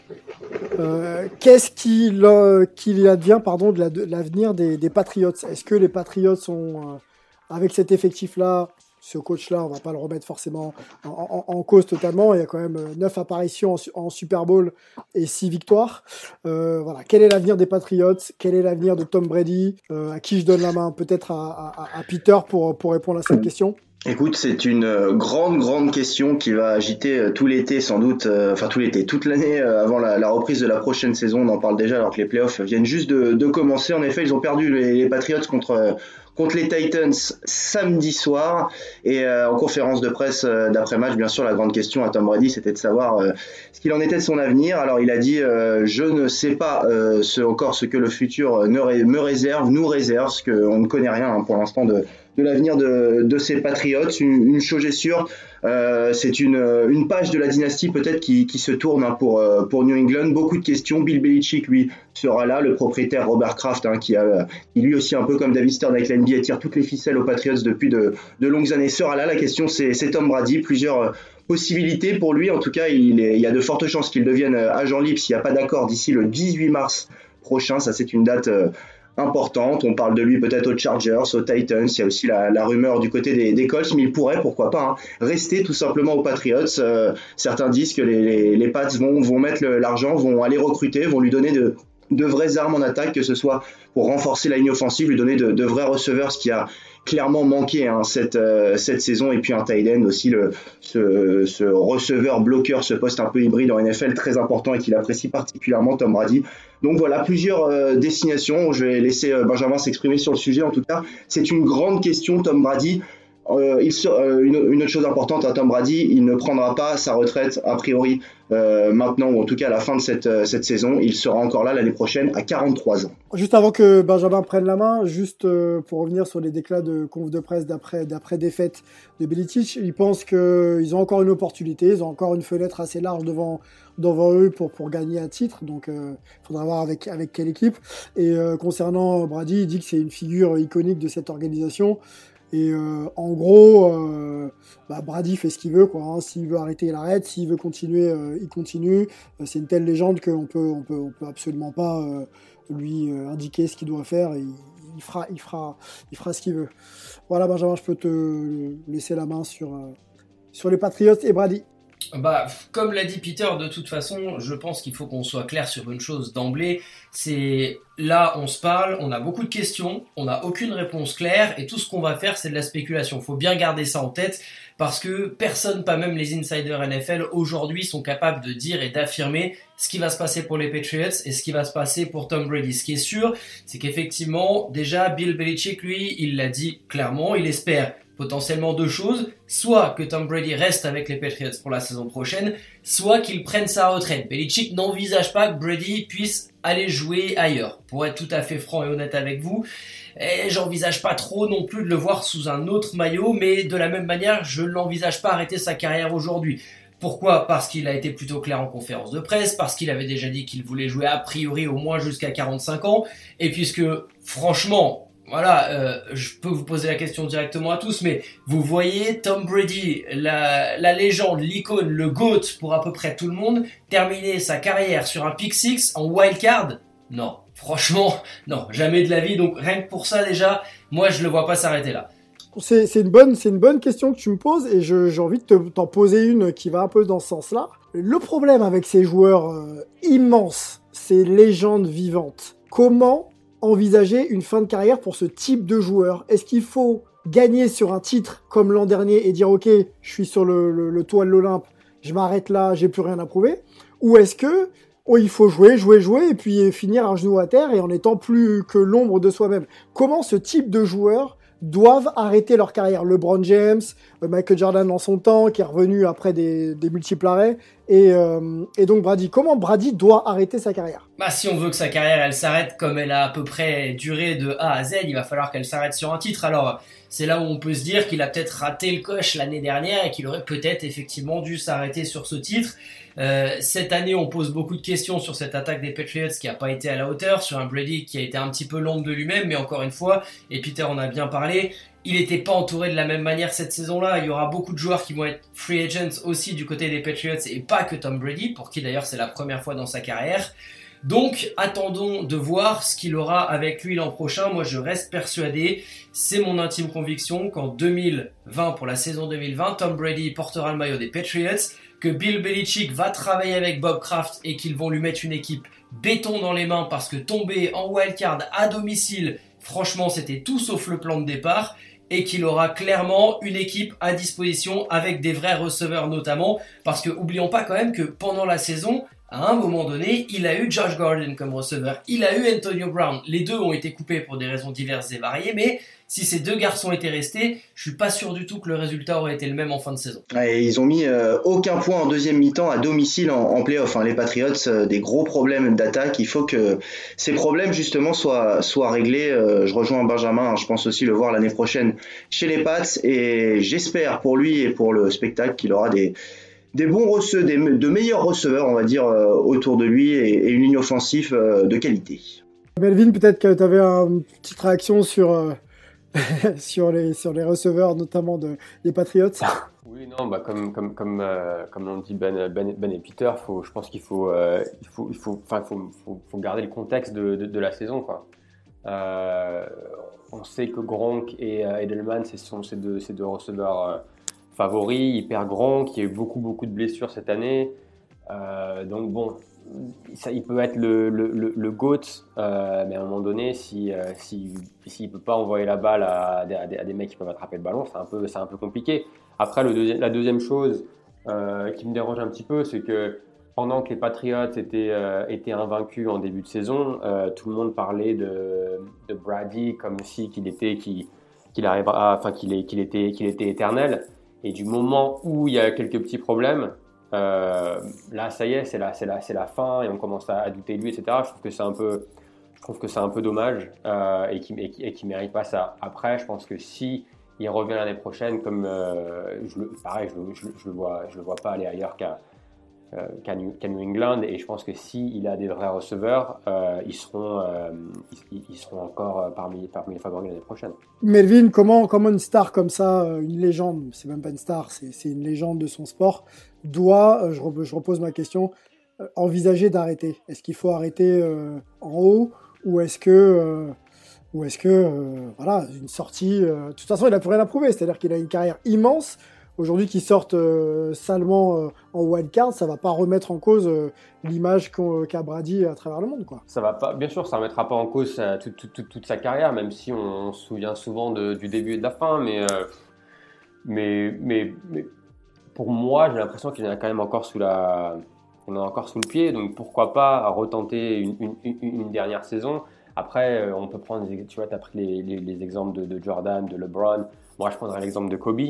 Euh, qu'est-ce qu'il, euh, qu'il advient pardon, de, la, de l'avenir des, des Patriots ? Est-ce que les Patriots sont, euh, avec cet effectif-là, ce coach-là, on va pas le remettre forcément en, en, en cause totalement, il y a quand même neuf apparitions en, en Super Bowl et six victoires. Euh, voilà. Quel est l'avenir des Patriots ? Quel est l'avenir de Tom Brady ? euh, À qui je donne la main ? Peut-être à, à, à Peter pour, pour répondre à cette question. Écoute, c'est une grande, grande question qui va agiter tout l'été, sans doute, euh, enfin tout l'été, toute l'année euh, avant la, la reprise de la prochaine saison. On en parle déjà alors que les playoffs viennent juste de, de commencer. En effet, ils ont perdu les, les Patriots contre, euh, contre les Titans samedi soir. Et euh, en conférence de presse euh, d'après-match, bien sûr, la grande question à Tom Brady, c'était de savoir euh, ce qu'il en était de son avenir. Alors il a dit euh, « Je ne sais pas euh, ce, encore ce que le futur ne ré- me réserve, nous réserve, parce qu'on ne connaît rien hein, pour l'instant de... de l'avenir de, de ces Patriots. Une, une chose est sûre, euh, c'est une, une page de la dynastie peut-être qui, qui se tourne hein, pour, pour New England. Beaucoup de questions. Bill Belichick, lui, sera là. Le propriétaire Robert Kraft, hein, qui, a, qui lui aussi, un peu comme David Stern avec la N B A, tire toutes les ficelles aux Patriots depuis de, de longues années, sera là. La question, c'est, c'est Tom Brady. Plusieurs possibilités pour lui. En tout cas, il, est, il y a de fortes chances qu'il devienne agent libre s'il n'y a pas d'accord d'ici le dix-huit mars prochain. Ça, c'est une date... Euh, importante, on parle de lui peut-être aux Chargers, aux Titans, il y a aussi la, la rumeur du côté des, des Colts, mais il pourrait, pourquoi pas, hein, rester tout simplement aux Patriots. Euh, certains disent que les, les, les Pats vont, vont mettre le, l'argent, vont aller recruter, vont lui donner de, de vraies armes en attaque, que ce soit pour renforcer la ligne offensive, lui donner de, de vrais receveurs, ce qui a clairement manqué hein, cette, euh, cette saison, et puis un tight end aussi, le, ce, ce receveur bloqueur, ce poste un peu hybride en N F L, très important et qu'il apprécie particulièrement Tom Brady. Donc voilà, plusieurs euh, destinations. Je vais laisser euh, Benjamin s'exprimer sur le sujet. En tout cas, c'est une grande question, Tom Brady. Euh, il se, euh, une, une autre chose importante à Tom Brady, il ne prendra pas sa retraite a priori euh, maintenant, ou en tout cas à la fin de cette, euh, cette saison. Il sera encore là l'année prochaine à quarante-trois ans. Juste avant que Benjamin prenne la main, juste euh, pour revenir sur les déclats de conf de presse d'après, d'après défaite de Belichick, ils pensent qu'ils ont encore une opportunité, ils ont encore une fenêtre assez large devant, devant eux pour, pour gagner un titre, donc il euh, faudra voir avec, avec quelle équipe. Et euh, concernant Brady, il dit que c'est une figure iconique de cette organisation. Et euh, en gros, euh, bah Brady fait ce qu'il veut, quoi. Hein. S'il veut arrêter, il arrête. S'il veut continuer, euh, il continue. Euh, c'est une telle légende qu'on peut, on peut, on peut absolument pas euh, lui euh, indiquer ce qu'il doit faire. Et il, il fera, il fera, il fera ce qu'il veut. Voilà, Benjamin, je peux te laisser la main sur euh, sur les Patriots et Brady. Bah, comme l'a dit Peter, de toute façon, je pense qu'il faut qu'on soit clair sur une chose d'emblée. C'est là, on se parle, on a beaucoup de questions, on n'a aucune réponse claire, et tout ce qu'on va faire, c'est de la spéculation. Faut bien garder ça en tête, parce que personne, pas même les insiders N F L, aujourd'hui, sont capables de dire et d'affirmer ce qui va se passer pour les Patriots et ce qui va se passer pour Tom Brady. Ce qui est sûr, c'est qu'effectivement, déjà, Bill Belichick, lui, il l'a dit clairement, il espère potentiellement deux choses, soit que Tom Brady reste avec les Patriots pour la saison prochaine, soit qu'il prenne sa retraite. Belichick n'envisage pas que Brady puisse aller jouer ailleurs. Pour être tout à fait franc et honnête avec vous, et j'envisage pas trop non plus de le voir sous un autre maillot, mais de la même manière, je ne l'envisage pas arrêter sa carrière aujourd'hui. Pourquoi ? Parce qu'il a été plutôt clair en conférence de presse, parce qu'il avait déjà dit qu'il voulait jouer a priori au moins jusqu'à quarante-cinq ans, et puisque franchement, voilà, euh, je peux vous poser la question directement à tous, mais vous voyez Tom Brady, la, la légende, l'icône, le GOAT pour à peu près tout le monde, terminer sa carrière sur un pick six en wildcard? Non, franchement, non, jamais de la vie. Donc rien que pour ça déjà, moi je le vois pas s'arrêter là. C'est, c'est, une bonne, c'est une bonne question que tu me poses et je, j'ai envie de te, t'en poser une qui va un peu dans ce sens-là. Le problème avec ces joueurs euh, immenses, ces légendes vivantes, comment envisager une fin de carrière pour ce type de joueur? Est-ce qu'il faut gagner sur un titre comme l'an dernier et dire ok, je suis sur le, le, le toit de l'Olympe, je m'arrête là, j'ai plus rien à prouver? Ou est-ce que oh, il faut jouer, jouer, jouer et puis finir un genou à terre et en étant plus que l'ombre de soi-même? Comment ce type de joueurs doivent arrêter leur carrière? LeBron James, Michael Jordan en son temps, qui est revenu après des, des multiples arrêts, et, euh, et donc Brady. Comment Brady doit arrêter sa carrière? Bah, si on veut que sa carrière elle s'arrête comme elle a à peu près duré de A à Z, il va falloir qu'elle s'arrête sur un titre. Alors c'est là où on peut se dire qu'il a peut-être raté le coche l'année dernière et qu'il aurait peut-être effectivement dû s'arrêter sur ce titre. Euh, cette année, on pose beaucoup de questions sur cette attaque des Patriots qui a pas été à la hauteur, sur un Brady qui a été un petit peu l'ombre de lui-même, mais encore une fois, et Peter en a bien parlé, il n'était pas entouré de la même manière cette saison-là. Il y aura beaucoup de joueurs qui vont être free agents aussi du côté des Patriots et pas que Tom Brady, pour qui d'ailleurs c'est la première fois dans sa carrière. Donc, attendons de voir ce qu'il aura avec lui l'an prochain. Moi, je reste persuadé, c'est mon intime conviction, qu'en deux mille vingt, pour la saison deux mille vingt, Tom Brady portera le maillot des Patriots, que Bill Belichick va travailler avec Bob Kraft et qu'ils vont lui mettre une équipe béton dans les mains parce que tomber en wildcard à domicile, franchement, c'était tout sauf le plan de départ, et qu'il aura clairement une équipe à disposition avec des vrais receveurs notamment, parce que oublions pas quand même que pendant la saison, à un moment donné, il a eu Josh Gordon comme receveur, il a eu Antonio Brown. Les deux ont été coupés pour des raisons diverses et variées, mais si ces deux garçons étaient restés, je suis pas sûr du tout que le résultat aurait été le même en fin de saison. Et ils ont mis euh, aucun point en deuxième mi-temps à domicile en, en play-off. Hein. Les Patriots, euh, des gros problèmes d'attaque. Il faut que ces problèmes justement soient, soient réglés. Euh, je rejoins Benjamin, hein, je pense aussi le voir l'année prochaine chez les Pats et j'espère pour lui et pour le spectacle qu'il aura des des bons receveurs, des, de meilleurs receveurs, on va dire, euh, autour de lui et, et une ligne offensive euh, de qualité. Melvin, peut-être que tu avais une petite réaction sur, euh, sur, les, sur les receveurs, notamment de, des Patriots. Oui, non, bah comme, comme, comme, euh, comme l'ont dit Ben, Ben, Ben et Peter, faut, je pense qu'il faut, euh, il faut, il faut, enfin, faut, faut, faut garder le contexte de, de, de la saison, quoi. Euh, on sait que Gronk et euh, Edelman, ce sont ces deux, ces deux receveurs euh, favoris, hyper Gronk, qui a eu beaucoup, beaucoup de blessures cette année. Euh, donc bon, ça, il peut être le, le, le, le GOAT, euh, mais à un moment donné, si, euh, si, s'il ne peut pas envoyer la balle à des, à, des, à des mecs qui peuvent attraper le ballon, c'est un peu, c'est un peu compliqué. Après, le deuxième, la deuxième chose euh, qui me dérange un petit peu, c'est que pendant que les Patriots étaient, euh, étaient invaincus en début de saison, euh, tout le monde parlait de, de Brady comme si qu'il était, qu'il, qu'il arrivera, enfin qu'il, est, qu'il, était, qu'il était éternel. Et du moment où il y a quelques petits problèmes, euh, là, ça y est, c'est la, c'est la, c'est la fin et on commence à, à douter de lui, et cetera. Je trouve que c'est un peu, je trouve que c'est un peu dommage euh, et qu'il et, et qui mérite pas ça. Après, je pense que si il revient l'année prochaine, comme euh, je le, pareil, je, je, je le vois, je le vois pas aller ailleurs qu'à, euh, qu'à, New, qu'à New England. Et je pense que si il a des vrais receveurs, euh, ils seront, euh, ils, ils seront encore parmi, parmi les favoris l'année prochaine. Melvin, comment, comment une star comme ça, une légende, c'est même pas une star, c'est, c'est une légende de son sport, doit, je, je repose ma question, envisager d'arrêter? Est-ce qu'il faut arrêter euh, en haut ou est-ce que, euh, ou est-ce que euh, voilà, une sortie, euh, de toute façon il n'a plus rien à prouver, c'est-à-dire qu'il a une carrière immense. Aujourd'hui, qu'ils sortent euh, salement euh, en wildcard, ça va pas remettre en cause euh, l'image qu'a Brady à travers le monde, quoi. Ça va pas, bien sûr, ça remettra pas en cause euh, toute, toute, toute, toute sa carrière, même si on, on se souvient souvent de, du début et de la fin. Mais, euh, mais, mais, mais pour moi, j'ai l'impression qu'il en a quand même encore sous la, on a encore sous le pied. Donc pourquoi pas retenter une, une, une, une dernière saison. Après, on peut prendre, tu vois, tu as pris les, les, les exemples de, de Jordan, de LeBron. Moi, je prendrais l'exemple de Kobe.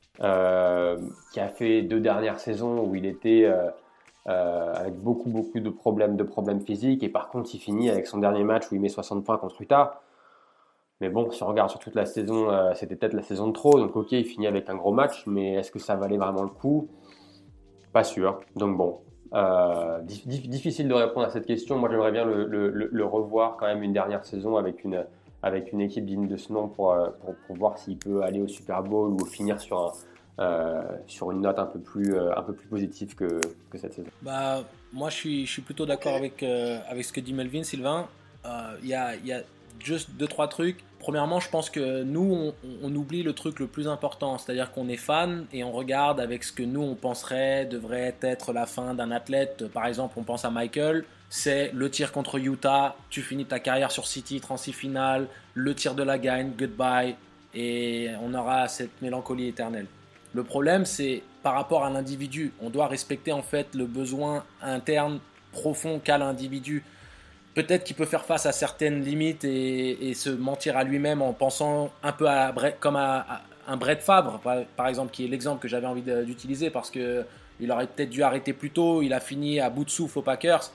Euh, qui a fait deux dernières saisons où il était euh, euh, avec beaucoup beaucoup de problèmes de problèmes physiques et par contre il finit avec son dernier match où il met soixante points contre Utah. Mais bon, si on regarde sur toute la saison, euh, c'était peut-être la saison de trop, donc ok, il finit avec un gros match, mais est-ce que ça valait vraiment le coup? Pas sûr. Donc bon, euh, difficile de répondre à cette question. Moi j'aimerais bien le, le, le revoir quand même une dernière saison avec une avec une équipe digne de ce nom pour, pour, pour voir s'il peut aller au Super Bowl ou finir sur, un, euh, sur une note un peu plus, euh, un peu plus positive que, que cette saison. Bah, moi, je suis, je suis plutôt d'accord avec, euh, avec ce que dit Melvin, Sylvain. Il euh, y, a, y a juste deux, trois trucs. Premièrement, je pense que nous, on, on oublie le truc le plus important, c'est-à-dire qu'on est fan et on regarde avec ce que nous, on penserait devrait être la fin d'un athlète. Par exemple, on pense à Michael, c'est le tir contre Utah, tu finis ta carrière sur six titres en six finales, le tir de la gagne, goodbye, et on aura cette mélancolie éternelle. Le problème, c'est par rapport à l'individu. On doit respecter en fait le besoin interne profond qu'a l'individu. Peut-être qu'il peut faire face à certaines limites et, et se mentir à lui-même en pensant un peu à, comme à, à un Brett Favre, par, par exemple, qui est l'exemple que j'avais envie de, d'utiliser parce qu'il aurait peut-être dû arrêter plus tôt. Il a fini à bout de souffle aux Packers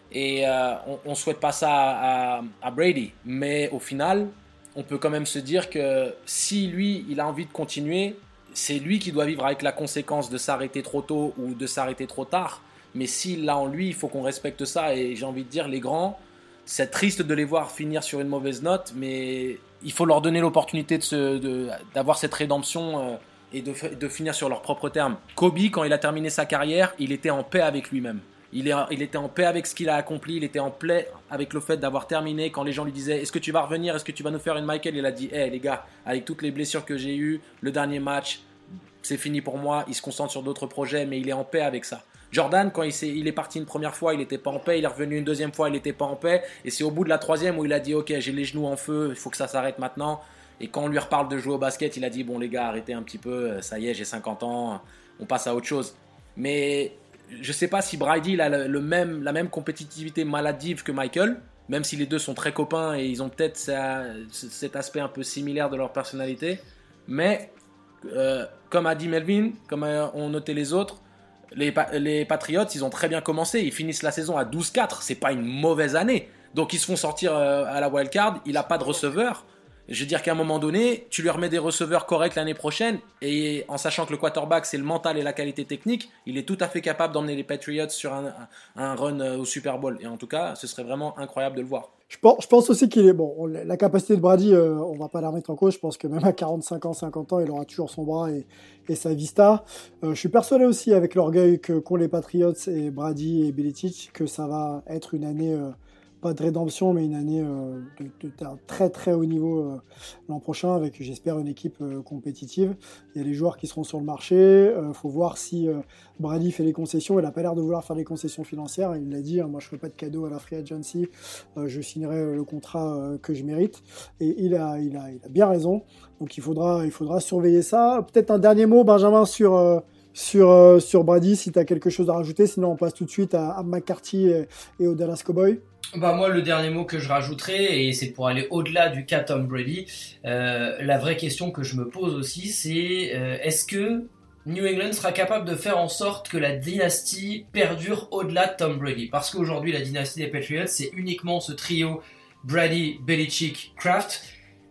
et euh, on ne souhaite pas ça à, à, à Brady. Mais au final, on peut quand même se dire que si lui, il a envie de continuer, c'est lui qui doit vivre avec la conséquence de s'arrêter trop tôt ou de s'arrêter trop tard. Mais s'il l'a en lui, il faut qu'on respecte ça. Et j'ai envie de dire, les grands, c'est triste de les voir finir sur une mauvaise note, mais il faut leur donner l'opportunité de se, de, d'avoir cette rédemption euh, et de, de finir sur leurs propres termes. Kobe, quand il a terminé sa carrière, il était en paix avec lui-même. Il, est, il était en paix avec ce qu'il a accompli, il était en paix avec le fait d'avoir terminé. Quand les gens lui disaient « Est-ce que tu vas revenir ? Est-ce que tu vas nous faire une Michael ?» Il a dit « Hé hey, les gars, avec toutes les blessures que j'ai eues, le dernier match, c'est fini pour moi. » Il se concentre sur d'autres projets, mais il est en paix avec ça. Jordan, quand il, s'est, il est parti une première fois, il n'était pas en paix. Il est revenu une deuxième fois, il n'était pas en paix. Et c'est au bout de la troisième où il a dit « Ok, j'ai les genoux en feu, il faut que ça s'arrête maintenant. » Et quand on lui reparle de jouer au basket, il a dit « Bon les gars, arrêtez un petit peu, ça y est, j'ai cinquante ans, on passe à autre chose. » Mais je ne sais pas si Brady il a le, le même, la même compétitivité maladive que Michael, même si les deux sont très copains et ils ont peut-être ça, cet aspect un peu similaire de leur personnalité. Mais euh, comme a dit Melvin, comme ont noté les autres, Les, les Patriots, ils ont très bien commencé. Ils finissent la saison à douze quatre. C'est pas une mauvaise année. Donc, ils se font sortir à la wildcard. Il n'a pas de receveur. Je veux dire qu'à un moment donné, tu lui remets des receveurs corrects l'année prochaine. Et en sachant que le quarterback, c'est le mental et la qualité technique, il est tout à fait capable d'emmener les Patriots sur un, un run au Super Bowl. Et en tout cas, ce serait vraiment incroyable de le voir. Je pense, je pense aussi qu'il est bon. La capacité de Brady, euh, on va pas la remettre en cause. Je pense que même à quarante-cinq ans, cinquante ans, il aura toujours son bras et, et sa vista. Euh, je suis persuadé aussi, avec l'orgueil que qu'ont les Patriots et Brady et Belichick, que ça va être une année, euh, pas de rédemption, mais une année euh, de, de, d'un très très haut niveau euh, l'an prochain, avec, j'espère, une équipe euh, compétitive. Il y a les joueurs qui seront sur le marché. Il euh, faut voir si euh, Brady fait les concessions. Il n'a pas l'air de vouloir faire des concessions financières. Il l'a dit, hein, moi je ne ferai pas de cadeau à la free agency. Euh, je signerai euh, le contrat euh, que je mérite. Et il a, il, a, il a bien raison. Donc il faudra, il faudra surveiller ça. Peut-être un dernier mot, Benjamin, sur... Euh, Sur, euh, sur Brady, si tu as quelque chose à rajouter, sinon on passe tout de suite à, à McCarthy et, et aux Dallas Cowboys. Bah moi, le dernier mot que je rajouterai, et c'est pour aller au-delà du cas Tom Brady, euh, la vraie question que je me pose aussi, c'est euh, est-ce que New England sera capable de faire en sorte que la dynastie perdure au-delà de Tom Brady? Parce qu'aujourd'hui, la dynastie des Patriots, c'est uniquement ce trio Brady, Belichick, Kraft.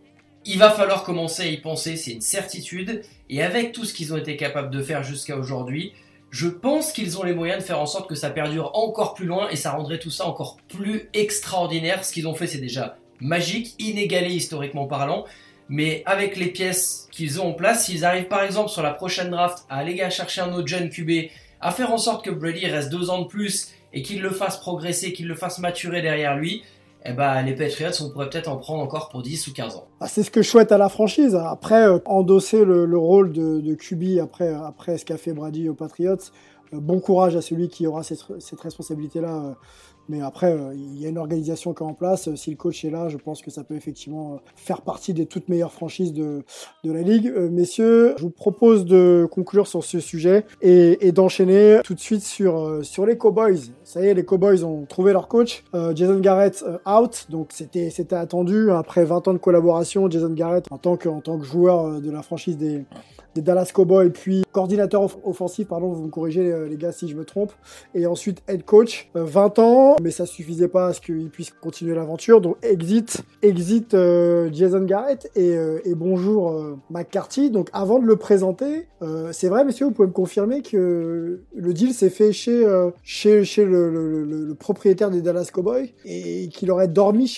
Il va falloir commencer à y penser, c'est une certitude. Et avec tout ce qu'ils ont été capables de faire jusqu'à aujourd'hui, je pense qu'ils ont les moyens de faire en sorte que ça perdure encore plus loin et ça rendrait tout ça encore plus extraordinaire. Ce qu'ils ont fait, c'est déjà magique, inégalé historiquement parlant. Mais avec les pièces qu'ils ont en place, s'ils arrivent par exemple sur la prochaine draft à aller chercher un autre jeune Q B, à faire en sorte que Brady reste deux ans de plus et qu'il le fasse progresser, qu'il le fasse maturer derrière lui, eh ben, les Patriots, on pourrait peut-être en prendre encore pour dix ou quinze ans. Ah, c'est ce que je souhaite à la franchise. Après, euh, endosser le, le rôle de, de Q B après, après ce qu'a fait Brady aux Patriots, euh, bon courage à celui qui aura cette, cette responsabilité-là. Euh, mais après, euh, il y a une organisation qui est en place. Si le coach est là, je pense que ça peut effectivement euh, faire partie des toutes meilleures franchises de, de la Ligue. Euh, messieurs, je vous propose de conclure sur ce sujet et, et d'enchaîner tout de suite sur, euh, sur les Cowboys. Ça y est, les Cowboys ont trouvé leur coach. Euh, Jason Garrett euh, out, donc c'était, c'était attendu. Après vingt ans de collaboration, Jason Garrett, en tant que, en tant que joueur de la franchise des, des Dallas Cowboys, puis coordinateur off- offensif, pardon, vous me corrigez euh, les gars si je me trompe, et ensuite head coach, euh, vingt ans, mais ça suffisait pas à ce qu'il puisse continuer l'aventure, donc exit, exit euh, Jason Garrett et, euh, et bonjour euh, McCarthy. Donc avant de le présenter, euh, c'est vrai messieurs, vous pouvez me confirmer que le deal s'est fait chez, euh, chez, chez le, le, le, le propriétaire des Dallas Cowboys et qu'il aurait dormi chez lui?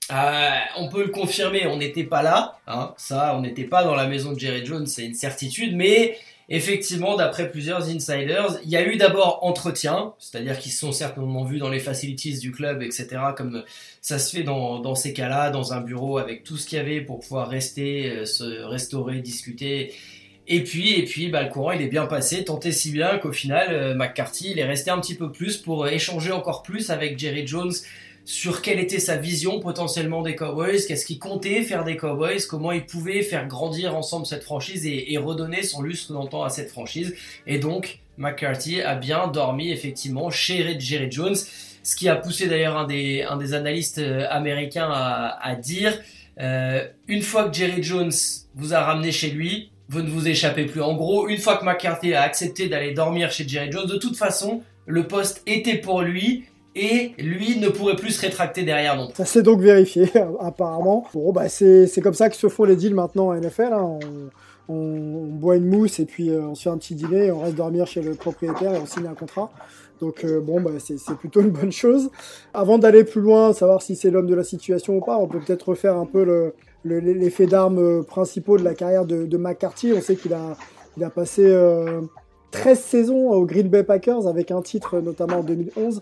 Euh, on peut le confirmer, on n'était pas là, hein, ça, on n'était pas dans la maison de Jerry Jones, c'est une certitude, mais effectivement, d'après plusieurs insiders, il y a eu d'abord entretien, c'est-à-dire qu'ils se sont certainement vus dans les facilities du club, et cetera, comme ça se fait dans, dans ces cas-là, dans un bureau avec tout ce qu'il y avait pour pouvoir rester, euh, se restaurer, discuter. Et puis, et puis, bah, le courant, il est bien passé, tant et si bien qu'au final, euh, McCarthy, il est resté un petit peu plus pour euh, échanger encore plus avec Jerry Jones sur quelle était sa vision potentiellement des Cowboys, qu'est-ce qu'il comptait faire des Cowboys, comment il pouvait faire grandir ensemble cette franchise et, et redonner son lustre d'antan à cette franchise. Et donc, McCarthy a bien dormi effectivement chez Jerry Jones, ce qui a poussé d'ailleurs un des, un des analystes américains à, à dire euh, une fois que Jerry Jones vous a ramené chez lui, vous ne vous échappez plus. En gros, une fois que McCarthy a accepté d'aller dormir chez Jerry Jones, de toute façon, le poste était pour lui. Et lui ne pourrait plus se rétracter derrière non plus. Ça s'est donc vérifié, apparemment. Bon, bah, c'est, c'est comme ça que se font les deals maintenant en N F L. Hein. On, on, on boit une mousse et puis euh, on se fait un petit dîner, et on reste dormir chez le propriétaire et on signe un contrat. Donc euh, bon, bah, c'est, c'est plutôt une bonne chose. Avant d'aller plus loin, savoir si c'est l'homme de la situation ou pas, on peut peut-être refaire un peu le, le, les faits d'armes principaux de la carrière de, de McCarthy. On sait qu'il a, il a passé euh, treize saisons aux Green Bay Packers avec un titre notamment en deux mille onze.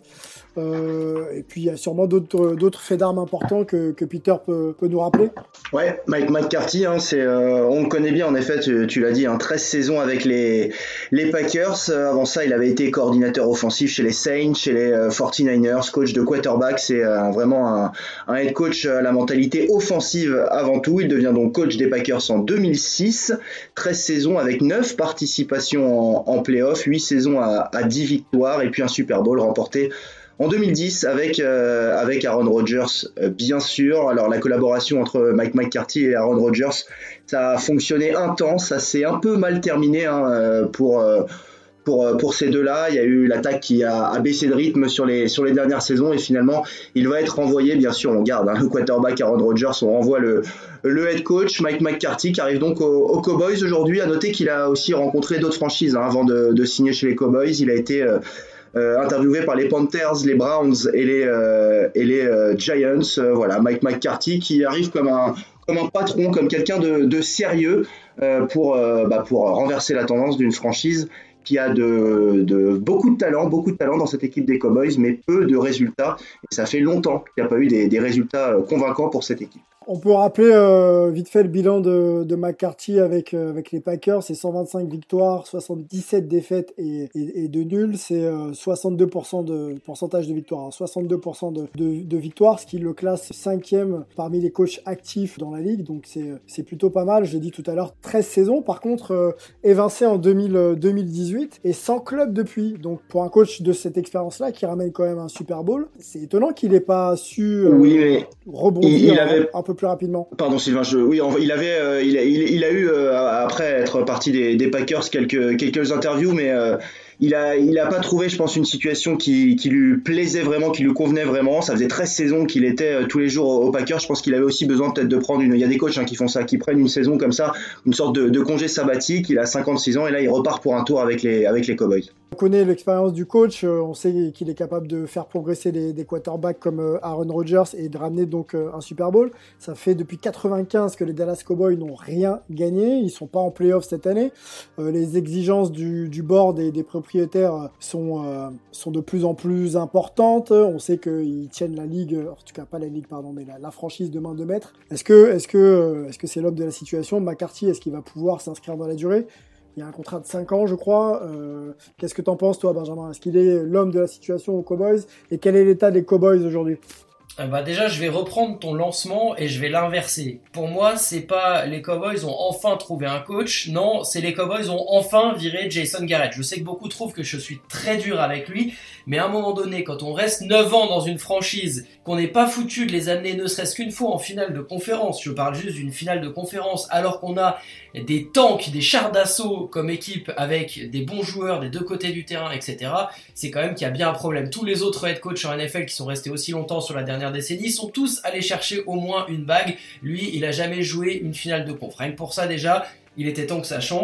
Euh, et puis il y a sûrement d'autres, d'autres faits d'armes importants que, que Peter peut, peut nous rappeler. Ouais, Mike McCarthy, hein, c'est, euh, on le connaît bien en effet, tu, tu l'as dit, hein, treize saisons avec les, les Packers. Euh, avant ça, il avait été coordinateur offensif chez les Saints, chez les euh, forty-niners, coach de quarterback. C'est euh, vraiment un, un head coach à la mentalité offensive avant tout. Il devient donc coach des Packers en deux mille six. treize saisons avec neuf participations en, en playoff, huit saisons à, à dix victoires et puis un Super Bowl remporté en deux mille dix avec euh, avec Aaron Rodgers, euh, bien sûr. Alors la collaboration entre Mike McCarthy et Aaron Rodgers, ça a fonctionné un temps, ça s'est un peu mal terminé hein, pour euh, pour pour ces deux-là. Il y a eu l'attaque qui a, a baissé de rythme sur les sur les dernières saisons et finalement il va être renvoyé. Bien sûr, on garde hein, le quarterback Aaron Rodgers, on renvoie le le head coach Mike McCarthy qui arrive donc aux, aux Cowboys aujourd'hui. À noter qu'il a aussi rencontré d'autres franchises hein, avant de, de signer chez les Cowboys. Il a été euh, Euh, interviewé par les Panthers, les Browns et les, euh, et les euh, Giants. Euh, voilà, Mike McCarthy qui arrive comme un, comme un patron, comme quelqu'un de, de sérieux euh, pour, euh, bah, pour renverser la tendance d'une franchise qui a de, de beaucoup de talent, beaucoup de talent dans cette équipe des Cowboys, mais peu de résultats. Et ça fait longtemps qu'il n'y a pas eu des, des résultats convaincants pour cette équipe. On peut rappeler euh, vite fait le bilan de, de McCarthy avec, euh, avec les Packers, c'est cent vingt-cinq victoires, soixante-dix-sept défaites et, et, et deux nuls, c'est euh, soixante-deux pour cent de pourcentage de victoire, hein, soixante-deux pour cent de, de, de victoire, ce qui le classe cinquième parmi les coachs actifs dans la ligue, donc c'est, c'est plutôt pas mal. Je l'ai dit tout à l'heure, treize saisons, par contre euh, évincé en deux mille dix-huit et sans club depuis, donc pour un coach de cette expérience-là qui ramène quand même un Super Bowl, c'est étonnant qu'il n'ait pas su euh, oui, mais rebondir il, il avait... un, un peu plus rapidement. Pardon Sylvain, je, oui, il avait, euh, il, a, il, il a eu euh, après être parti des, des Packers quelques quelques interviews, mais euh, il a, il a pas trouvé, je pense, une situation qui, qui lui plaisait vraiment, qui lui convenait vraiment. Ça faisait treize saisons qu'il était euh, tous les jours aux Packers. Je pense qu'il avait aussi besoin peut-être de prendre une. Il y a des coachs hein, qui font ça, qui prennent une saison comme ça, une sorte de, de congé sabbatique. Il a cinquante-six ans et là il repart pour un tour avec les avec les Cowboys. On connaît l'expérience du coach, on sait qu'il est capable de faire progresser des, des quarterbacks comme Aaron Rodgers et de ramener donc un Super Bowl. Ça fait depuis quatre-vingt-quinze que les Dallas Cowboys n'ont rien gagné, ils sont pas en playoff cette année. Euh, les exigences du, du board et des propriétaires sont, euh, sont de plus en plus importantes. On sait qu'ils tiennent la ligue, en tout cas pas la ligue pardon, mais la, la franchise de main de maître. Est-ce que, est-ce que, est-ce que c'est l'homme de la situation? McCarthy, est-ce qu'il va pouvoir s'inscrire dans la durée? Il y a un contrat de cinq ans, je crois. Euh, qu'est-ce que t'en penses, toi, Benjamin? Est-ce qu'il est l'homme de la situation aux Cowboys? Et quel est l'état des Cowboys aujourd'hui? Euh, bah déjà, je vais reprendre ton lancement et je vais l'inverser. Pour moi, c'est pas les Cowboys ont enfin trouvé un coach. Non, c'est les Cowboys ont enfin viré Jason Garrett. Je sais que beaucoup trouvent que je suis très dur avec lui, mais à un moment donné, quand on reste neuf ans dans une franchise, qu'on n'est pas foutu de les amener ne serait-ce qu'une fois en finale de conférence, je parle juste d'une finale de conférence, alors qu'on a des tanks, des chars d'assaut comme équipe avec des bons joueurs des deux côtés du terrain, et cetera, c'est quand même qu'il y a bien un problème. Tous les autres head coachs en N F L qui sont restés aussi longtemps sur la dernière décennie sont tous allés chercher au moins une bague. Lui, il a jamais joué une finale de conf. Rien que pour ça déjà, il était temps que ça change.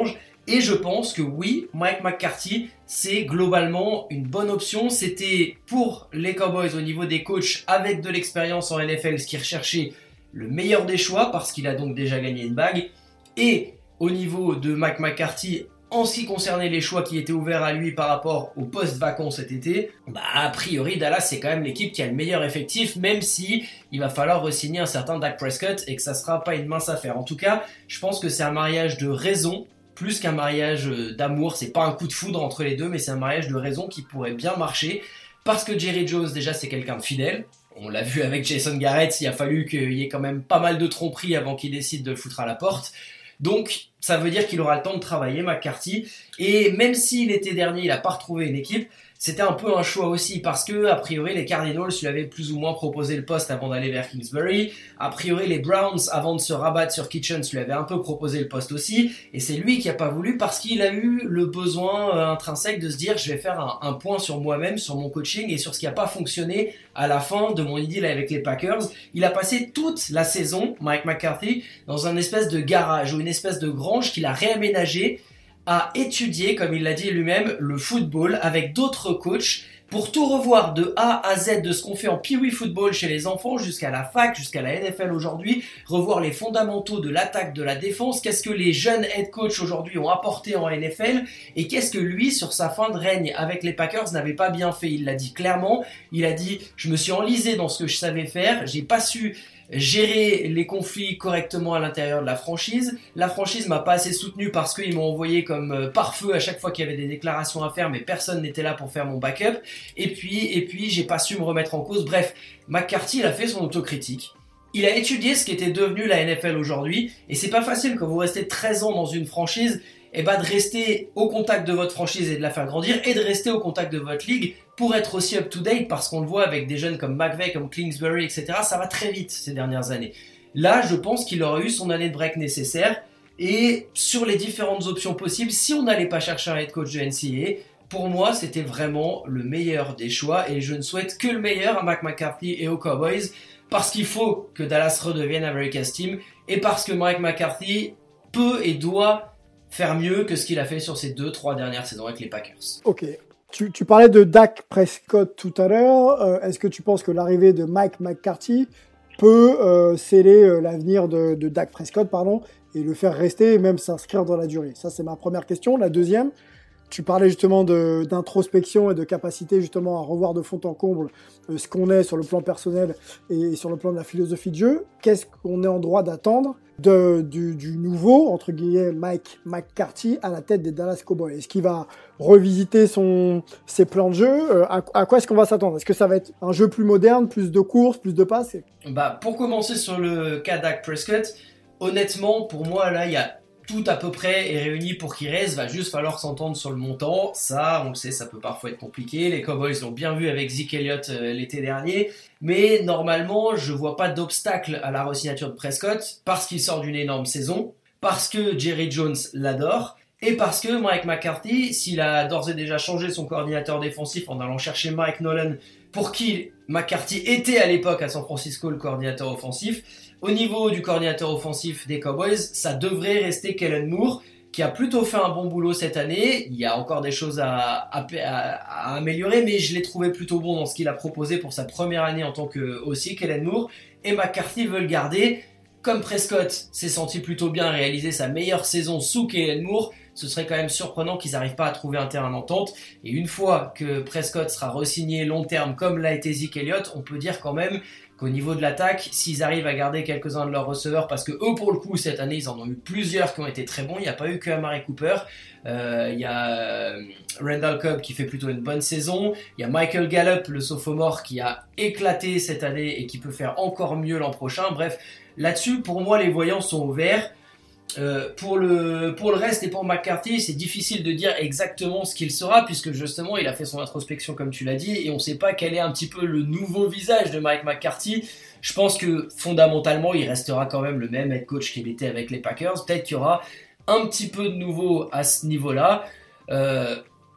Et je pense que oui, Mike McCarthy, c'est globalement une bonne option. C'était pour les Cowboys au niveau des coachs avec de l'expérience en N F L, ce qui recherchait le meilleur des choix parce qu'il a donc déjà gagné une bague. Et au niveau de Mike McCarthy, en ce qui concernait les choix qui étaient ouverts à lui par rapport au poste vacant cet été, bah a priori Dallas c'est quand même l'équipe qui a le meilleur effectif, même si il va falloir re-signer un certain Dak Prescott et que ça sera pas une mince affaire. En tout cas, je pense que c'est un mariage de raison plus qu'un mariage d'amour. C'est pas un coup de foudre entre les deux, mais c'est un mariage de raison qui pourrait bien marcher parce que Jerry Jones déjà c'est quelqu'un de fidèle. On l'a vu avec Jason Garrett, il a fallu qu'il y ait quand même pas mal de tromperies avant qu'il décide de le foutre à la porte. Donc, ça veut dire qu'il aura le temps de travailler, McCarthy. Et même si l'été dernier, il n'a pas retrouvé une équipe, c'était un peu un choix aussi parce que, a priori, les Cardinals lui avaient plus ou moins proposé le poste avant d'aller vers Kingsbury. A priori, les Browns, avant de se rabattre sur Kitchens, lui avaient un peu proposé le poste aussi. Et c'est lui qui n'a pas voulu parce qu'il a eu le besoin euh, intrinsèque de se dire je vais faire un, un point sur moi-même, sur mon coaching et sur ce qui n'a pas fonctionné à la fin de mon idylle avec les Packers. Il a passé toute la saison, Mike McCarthy, dans un espèce de garage ou une espèce de grange qu'il a réaménagé à étudier, comme il l'a dit lui-même, le football avec d'autres coachs pour tout revoir de A à Z de ce qu'on fait en Pee-wee football chez les enfants jusqu'à la fac, jusqu'à la N F L aujourd'hui, revoir les fondamentaux de l'attaque, de la défense, qu'est-ce que les jeunes head coachs aujourd'hui ont apporté en N F L et qu'est-ce que lui, sur sa fin de règne avec les Packers, n'avait pas bien fait. Il l'a dit clairement, il a dit « je me suis enlisé dans ce que je savais faire, j'ai pas su gérer les conflits correctement à l'intérieur de la franchise. La franchise m'a pas assez soutenu parce qu'ils m'ont envoyé comme euh, pare-feu à chaque fois qu'il y avait des déclarations à faire, mais personne n'était là pour faire mon backup. Et puis, et puis, j'ai pas su me remettre en cause. Bref, McCarthy, il a fait son autocritique. Il a étudié ce qui était devenu la N F L aujourd'hui. Et c'est pas facile quand vous restez treize ans dans une franchise, et bah de rester au contact de votre franchise et de la faire grandir, et de rester au contact de votre ligue pour être aussi up-to-date, parce qu'on le voit avec des jeunes comme McVay, comme Kingsbury, et cetera. Ça va très vite ces dernières années. Là, je pense qu'il aura eu son année de break nécessaire, et sur les différentes options possibles, si on n'allait pas chercher un head coach de N C A A, pour moi, c'était vraiment le meilleur des choix, et je ne souhaite que le meilleur à Mike McCarthy et aux Cowboys, parce qu'il faut que Dallas redevienne America's Team, et parce que Mike McCarthy peut et doit faire mieux que ce qu'il a fait sur ces deux, trois dernières saisons avec les Packers. Ok. Tu, tu parlais de Dak Prescott tout à l'heure. Euh, est-ce que tu penses que l'arrivée de Mike McCarthy peut euh, sceller euh, l'avenir de, de Dak Prescott, pardon, et le faire rester et même s'inscrire dans la durée? Ça, c'est ma première question. La deuxième, tu parlais justement de, d'introspection et de capacité justement à revoir de fond en comble euh, ce qu'on est sur le plan personnel et sur le plan de la philosophie de jeu. Qu'est-ce qu'on est en droit d'attendre de, du, du nouveau, entre guillemets, Mike McCarthy à la tête des Dallas Cowboys? Est-ce qu'il va revisiter son, ses plans de jeu? euh, à, à quoi est-ce qu'on va s'attendre? Est-ce que ça va être un jeu plus moderne, plus de courses, plus de passes? Bah, pour commencer sur le cas Dak Prescott, honnêtement, pour moi, là, il y a tout à peu près est réuni pour qu'il reste, va juste falloir s'entendre sur le montant. Ça, on le sait, ça peut parfois être compliqué. Les Cowboys l'ont bien vu avec Zeke Elliott euh, l'été dernier. Mais normalement, je vois pas d'obstacle à la re-signature de Prescott parce qu'il sort d'une énorme saison, parce que Jerry Jones l'adore et parce que Mike McCarthy, s'il a d'ores et déjà changé son coordinateur défensif en allant chercher Mike Nolan, pour qui McCarthy était à l'époque à San Francisco le coordinateur offensif, au niveau du coordinateur offensif des Cowboys, ça devrait rester Kellen Moore, qui a plutôt fait un bon boulot cette année. Il y a encore des choses à, à, à, à améliorer, mais je l'ai trouvé plutôt bon dans ce qu'il a proposé pour sa première année en tant que aussi Kellen Moore. Et McCarthy veut le garder. Comme Prescott s'est senti plutôt bien réaliser sa meilleure saison sous Kellen Moore, ce serait quand même surprenant qu'ils n'arrivent pas à trouver un terrain d'entente. Et une fois que Prescott sera re-signé long terme comme l'a été Zeke Elliott, on peut dire quand même qu'au niveau de l'attaque, s'ils arrivent à garder quelques-uns de leurs receveurs, parce que eux pour le coup cette année ils en ont eu plusieurs qui ont été très bons, il n'y a pas eu que Amari Cooper, euh, il y a Randall Cobb qui fait plutôt une bonne saison, il y a Michael Gallup le sophomore qui a éclaté cette année et qui peut faire encore mieux l'an prochain. Bref, là-dessus pour moi les voyants sont ouverts. Euh, pour, le, pour le reste et pour McCarthy, c'est difficile de dire exactement ce qu'il sera, puisque justement il a fait son introspection comme tu l'as dit, et on ne sait pas quel est un petit peu le nouveau visage de Mike McCarthy. Je pense que fondamentalement il restera quand même le même head coach qu'il était avec les Packers. Peut-être qu'il y aura un petit peu de nouveau à ce niveau-là. Euh,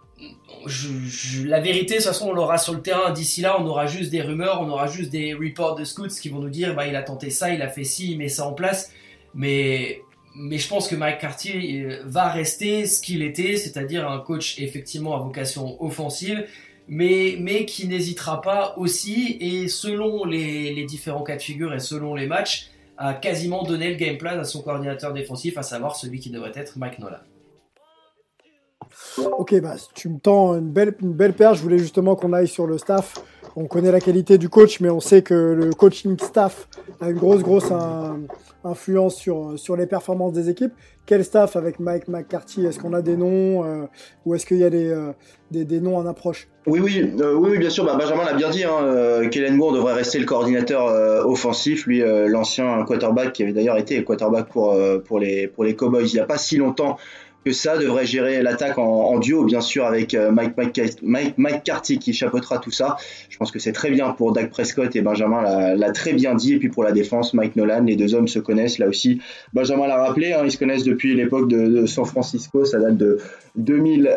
je, je, la vérité, de toute façon on l'aura sur le terrain. D'ici là on aura juste des rumeurs, on aura juste des reports de scouts qui vont nous dire bah, il a tenté ça, il a fait ci, il met ça en place, mais mais je pense que McCarthy va rester ce qu'il était, c'est-à-dire un coach effectivement à vocation offensive, mais, mais qui n'hésitera pas aussi, et selon les, les différents cas de figure et selon les matchs, à quasiment donner le game plan à son coordinateur défensif, à savoir celui qui devrait être Mike Nolan. Ok, bah, tu me tends une belle, une belle perche. Je voulais justement qu'on aille sur le staff. On connaît la qualité du coach, mais on sait que le coaching staff a une grosse, grosse un, influence sur, sur les performances des équipes. Quel staff avec Mike McCarthy? Est-ce qu'on a des noms euh, ou est-ce qu'il y a des, euh, des, des noms en approche? Oui, oui, euh, oui, oui, bien sûr. Bah, Benjamin l'a bien dit. Hein, euh, Kellen Moore devrait rester le coordinateur euh, offensif, lui, euh, l'ancien quarterback qui avait d'ailleurs été quarterback pour euh, pour les pour les Cowboys il n'y a pas si longtemps que ça, devrait gérer l'attaque en, en duo, bien sûr, avec euh, Mike, Mike, Mike McCarthy qui chapeautera tout ça. Je pense que c'est très bien pour Dak Prescott et Benjamin l'a, l'a très bien dit. Et puis pour la défense, Mike Nolan, les deux hommes se connaissent là aussi. Benjamin l'a rappelé, hein, ils se connaissent depuis l'époque de, de San Francisco, ça date de deux mille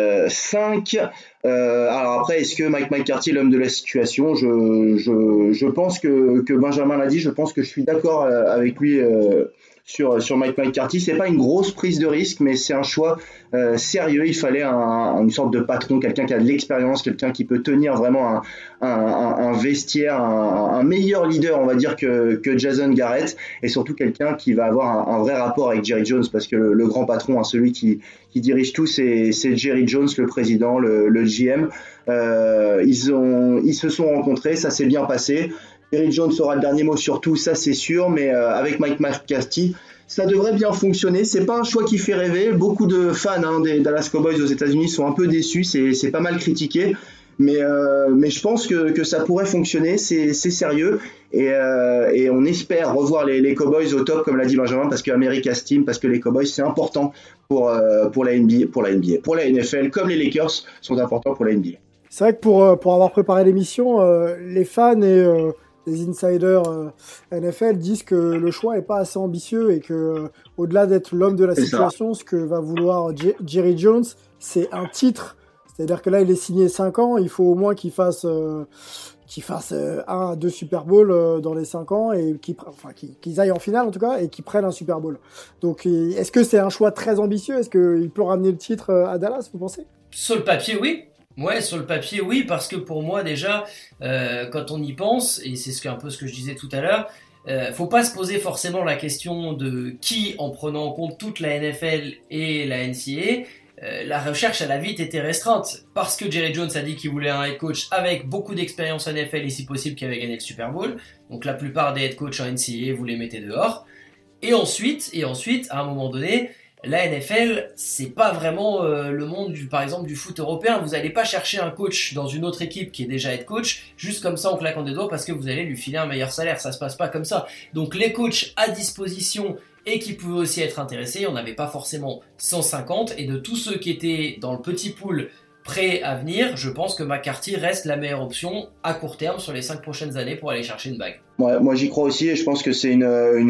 cinq. Euh, alors après, est-ce que Mike McCarthy est l'homme de la situation? je, je, je pense que, que Benjamin l'a dit, je pense que je suis d'accord avec lui euh, sur, sur Mike McCarthy. C'est pas une grosse prise de risque, mais c'est un choix euh, sérieux. Il fallait un, une sorte de patron, quelqu'un qui a de l'expérience, quelqu'un qui peut tenir vraiment un, un, un vestiaire, un, un meilleur leader, on va dire, que, que Jason Garrett, et surtout quelqu'un qui va avoir un, un vrai rapport avec Jerry Jones, parce que le, le grand patron, hein, celui qui, qui dirige tout, c'est, c'est Jerry Jones, le président, le, le G M. Euh, ils, ont, ils se sont rencontrés, ça s'est bien passé. Jerry Jones aura le dernier mot sur tout, ça c'est sûr, mais euh, avec Mike McCarthy, ça devrait bien fonctionner. C'est pas un choix qui fait rêver. Beaucoup de fans hein, des Dallas Cowboys aux États-Unis sont un peu déçus, c'est, c'est pas mal critiqué, mais, euh, mais je pense que, que ça pourrait fonctionner, c'est, c'est sérieux, et, euh, et on espère revoir les, les Cowboys au top, comme l'a dit Benjamin, parce que America's Team, parce que les Cowboys c'est important pour, euh, pour, la N B A, pour la N B A, pour la N F L, comme les Lakers sont importants pour la N B A. C'est vrai que pour, pour avoir préparé l'émission, euh, les fans et euh, les insiders euh, N F L disent que le choix est pas assez ambitieux et que euh, au-delà d'être l'homme de la c'est situation, ça. Ce que va vouloir J- Jerry Jones, c'est un titre. C'est-à-dire que là, il est signé cinq ans, il faut au moins qu'il fasse, euh, qu'il fasse euh, un à deux Super Bowl euh, dans les cinq ans et qu'il, enfin, qu'ils, qu'ils aillent en finale en tout cas et qu'ils prennent un Super Bowl. Donc, est-ce que c'est un choix très ambitieux? Est-ce qu'il peut ramener le titre à Dallas, vous pensez? Sur le papier, oui. Ouais, sur le papier, oui, parce que pour moi, déjà, euh, quand on y pense, et c'est ce que, un peu ce que je disais tout à l'heure, euh, faut pas se poser forcément la question de qui, en prenant en compte toute la N F L et la N C A A, euh, la recherche, elle a vite été restreinte, parce que Jerry Jones a dit qu'il voulait un head coach avec beaucoup d'expérience en N F L et si possible qui avait gagné le Super Bowl. Donc la plupart des head coachs en N C A A, vous les mettez dehors. Et ensuite, et ensuite, à un moment donné, la N F L, c'est pas vraiment euh, le monde du, par exemple, du foot européen. Vous allez pas chercher un coach dans une autre équipe qui est déjà head coach, juste comme ça en claquant des doigts parce que vous allez lui filer un meilleur salaire. Ça se passe pas comme ça. Donc les coachs à disposition et qui pouvaient aussi être intéressés, on n'avait pas forcément cent cinquante, et de tous ceux qui étaient dans le petit pool prêts à venir, je pense que McCarthy reste la meilleure option à court terme sur les cinq prochaines années pour aller chercher une bague. Ouais, moi j'y crois aussi, et je pense que c'est une,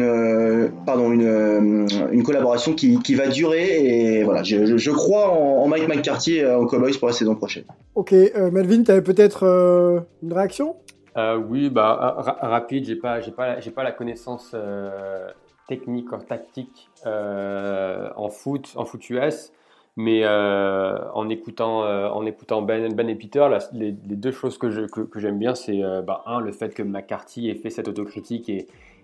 une, pardon, une, une collaboration qui, qui va durer, et voilà, je, je crois en, en Mike McCarthy et en Cowboys pour la saison prochaine. Ok, euh, Melvin, tu avais peut-être euh, une réaction? euh, Oui, bah ra- rapide, j'ai pas, j'ai pas, j'ai pas la connaissance euh, technique ou tactique euh, en foot, en foot U S. Mais euh, en écoutant, euh, en écoutant Ben, Ben et Peter, là, les, les deux choses que, je, que, que j'aime bien, c'est euh, bah, un, le fait que McCarthy ait fait cette autocritique et,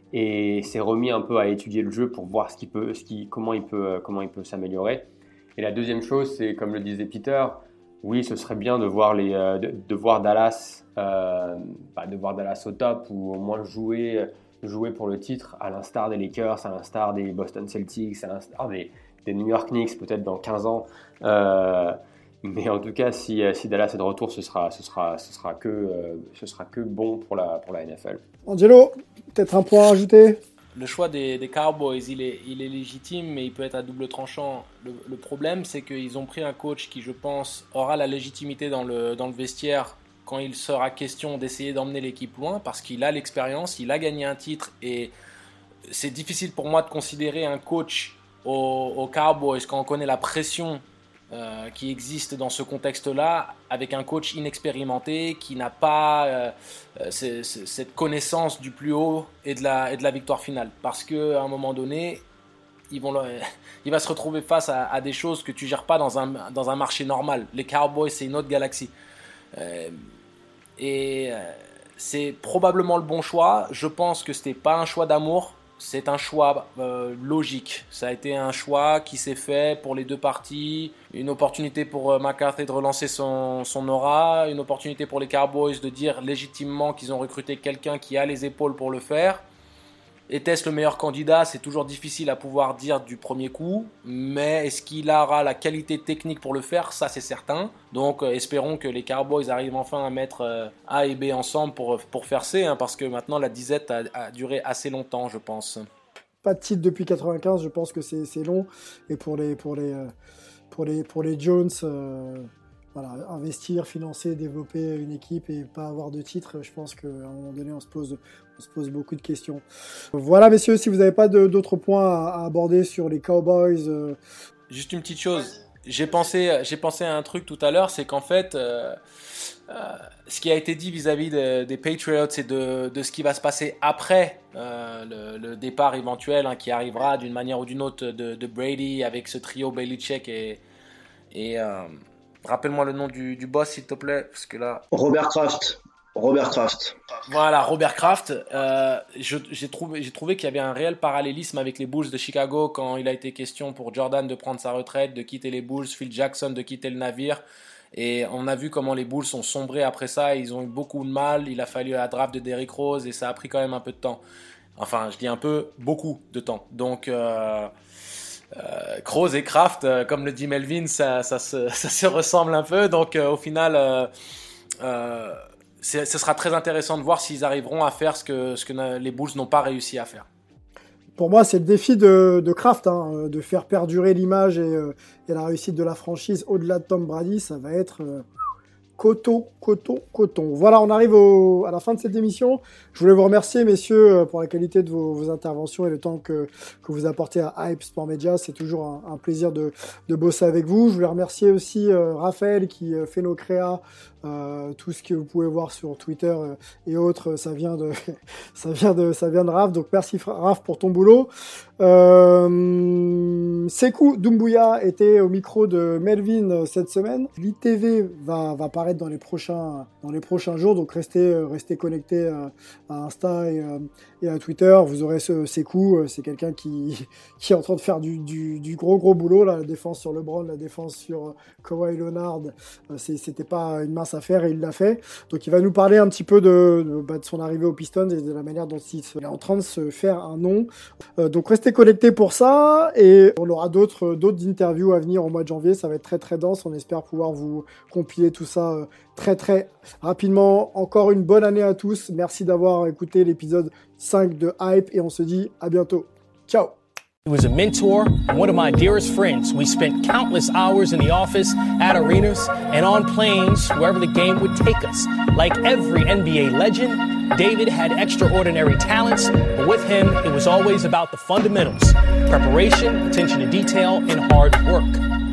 et s'est remis un peu à étudier le jeu pour voir ce qu'il peut, ce qui, comment, il peut, comment il peut s'améliorer. Et la deuxième chose, c'est comme le disait Peter, oui, ce serait bien de voir, les, euh, de, de voir Dallas, euh, bah, de voir Dallas au top, ou au moins jouer, jouer pour le titre, à l'instar des Lakers, à l'instar des Boston Celtics, à l'instar des des New York Knicks peut-être dans quinze ans, euh, mais en tout cas si, si Dallas est de retour, ce sera, ce sera, ce sera, que, euh, ce sera que bon pour la, pour la N F L. Angelo, peut-être un point à ajouter? Le choix des, des Cowboys, il est, il est légitime, mais il peut être à double tranchant. Le, le problème, c'est qu'ils ont pris un coach qui, je pense, aura la légitimité dans le, dans le vestiaire quand il sera question d'essayer d'emmener l'équipe loin, parce qu'il a l'expérience, il a gagné un titre, et c'est difficile pour moi de considérer un coach Aux, aux Cowboys, quand on connaît la pression euh, qui existe dans ce contexte-là, avec un coach inexpérimenté qui n'a pas euh, c'est, c'est, cette connaissance du plus haut et de la, et de la victoire finale. Parce qu'à un moment donné, ils vont, il va se retrouver face à, à des choses que tu gères pas dans un, dans un marché normal. Les Cowboys, c'est une autre galaxie. Euh, et euh, c'est probablement le bon choix. Je pense que c'était pas un choix d'amour. C'est un choix euh, logique. Ça a été un choix qui s'est fait pour les deux parties. Une opportunité pour euh, McCarthy de relancer son, son aura. Une opportunité pour les Cowboys de dire légitimement qu'ils ont recruté quelqu'un qui a les épaules pour le faire. Était-ce le meilleur candidat? C'est toujours difficile à pouvoir dire du premier coup. Mais est-ce qu'il aura la qualité technique pour le faire? Ça, c'est certain. Donc, euh, espérons que les Cowboys arrivent enfin à mettre euh, A et B ensemble pour, pour faire C. Hein, parce que maintenant, la disette a, a duré assez longtemps, je pense. Pas de titre depuis quatre-vingt-quinze, je pense que c'est, c'est long. Et pour les, pour les, euh, pour les, pour les Jones... Euh... Voilà, investir, financer, développer une équipe et pas avoir de titre, je pense qu'à un moment donné, on se pose, on se pose beaucoup de questions. Voilà, messieurs, si vous n'avez pas de, d'autres points à, à aborder sur les Cowboys. Euh... Juste une petite chose. J'ai pensé, j'ai pensé à un truc tout à l'heure, c'est qu'en fait, euh, euh, ce qui a été dit vis-à-vis de, des Patriots et de, de ce qui va se passer après euh, le, le départ éventuel hein, qui arrivera d'une manière ou d'une autre de, de Brady avec ce trio Belichick et... et euh, rappelle-moi le nom du, du boss, s'il te plaît, parce que là... Robert Kraft. Robert Kraft. Voilà, Robert Kraft. Euh, je, j'ai, trouvé, j'ai trouvé qu'il y avait un réel parallélisme avec les Bulls de Chicago quand il a été question pour Jordan de prendre sa retraite, de quitter les Bulls, Phil Jackson de quitter le navire. Et on a vu comment les Bulls sont sombrés après ça. Ils ont eu beaucoup de mal. Il a fallu la draft de Derrick Rose et ça a pris quand même un peu de temps. Enfin, je dis un peu, beaucoup de temps. Donc... Euh, Euh, Kroos et Kraft, euh, comme le dit Melvin, ça, ça, se, ça se ressemble un peu. Donc euh, au final, euh, euh, c'est, ce sera très intéressant de voir s'ils arriveront à faire ce que, ce que les Bulls n'ont pas réussi à faire. Pour moi, c'est le défi de, de Kraft, hein, de faire perdurer l'image et, euh, et la réussite de la franchise au-delà de Tom Brady. Ça va être euh, coton, coton, coton. Voilà, on arrive au, à la fin de cette émission. Je voulais vous remercier, messieurs, pour la qualité de vos, vos interventions et le temps que, que vous apportez à Hype Sport Media. C'est toujours un, un plaisir de, de bosser avec vous. Je voulais remercier aussi euh, Raphaël qui euh, fait nos créas. Euh, tout ce que vous pouvez voir sur Twitter euh, et autres, ça vient de, ça vient de, ça vient de Raph. Donc merci Raph pour ton boulot. Euh, Sekou Doumbouya était au micro de Melvin cette semaine. L'I T V va, va apparaître dans les prochains, dans les prochains jours. Donc restez, restez connectés à, à Insta et, et à Twitter. Vous aurez ce Sekou. C'est quelqu'un qui, qui est en train de faire du, du, du gros gros boulot là. La défense sur LeBron, la défense sur Kawhi Leonard. C'est, c'était pas une mince à faire et il l'a fait. Donc il va nous parler un petit peu de, de, bah, de son arrivée aux Pistons et de la manière dont il est en train de se faire un nom. Euh, donc restez connectés pour ça et on aura d'autres, d'autres interviews à venir au mois de janvier. Ça va être très très dense. On espère pouvoir vous compiler tout ça euh, très très rapidement. Encore une bonne année à tous. Merci d'avoir écouté l'épisode cinq de Hype et on se dit à bientôt. Ciao. He was a mentor and one of my dearest friends. We spent countless hours in the office, at arenas, and on planes wherever the game would take us. Like every N B A legend, David had extraordinary talents, but with him, it was always about the fundamentals: preparation, attention to detail, and hard work.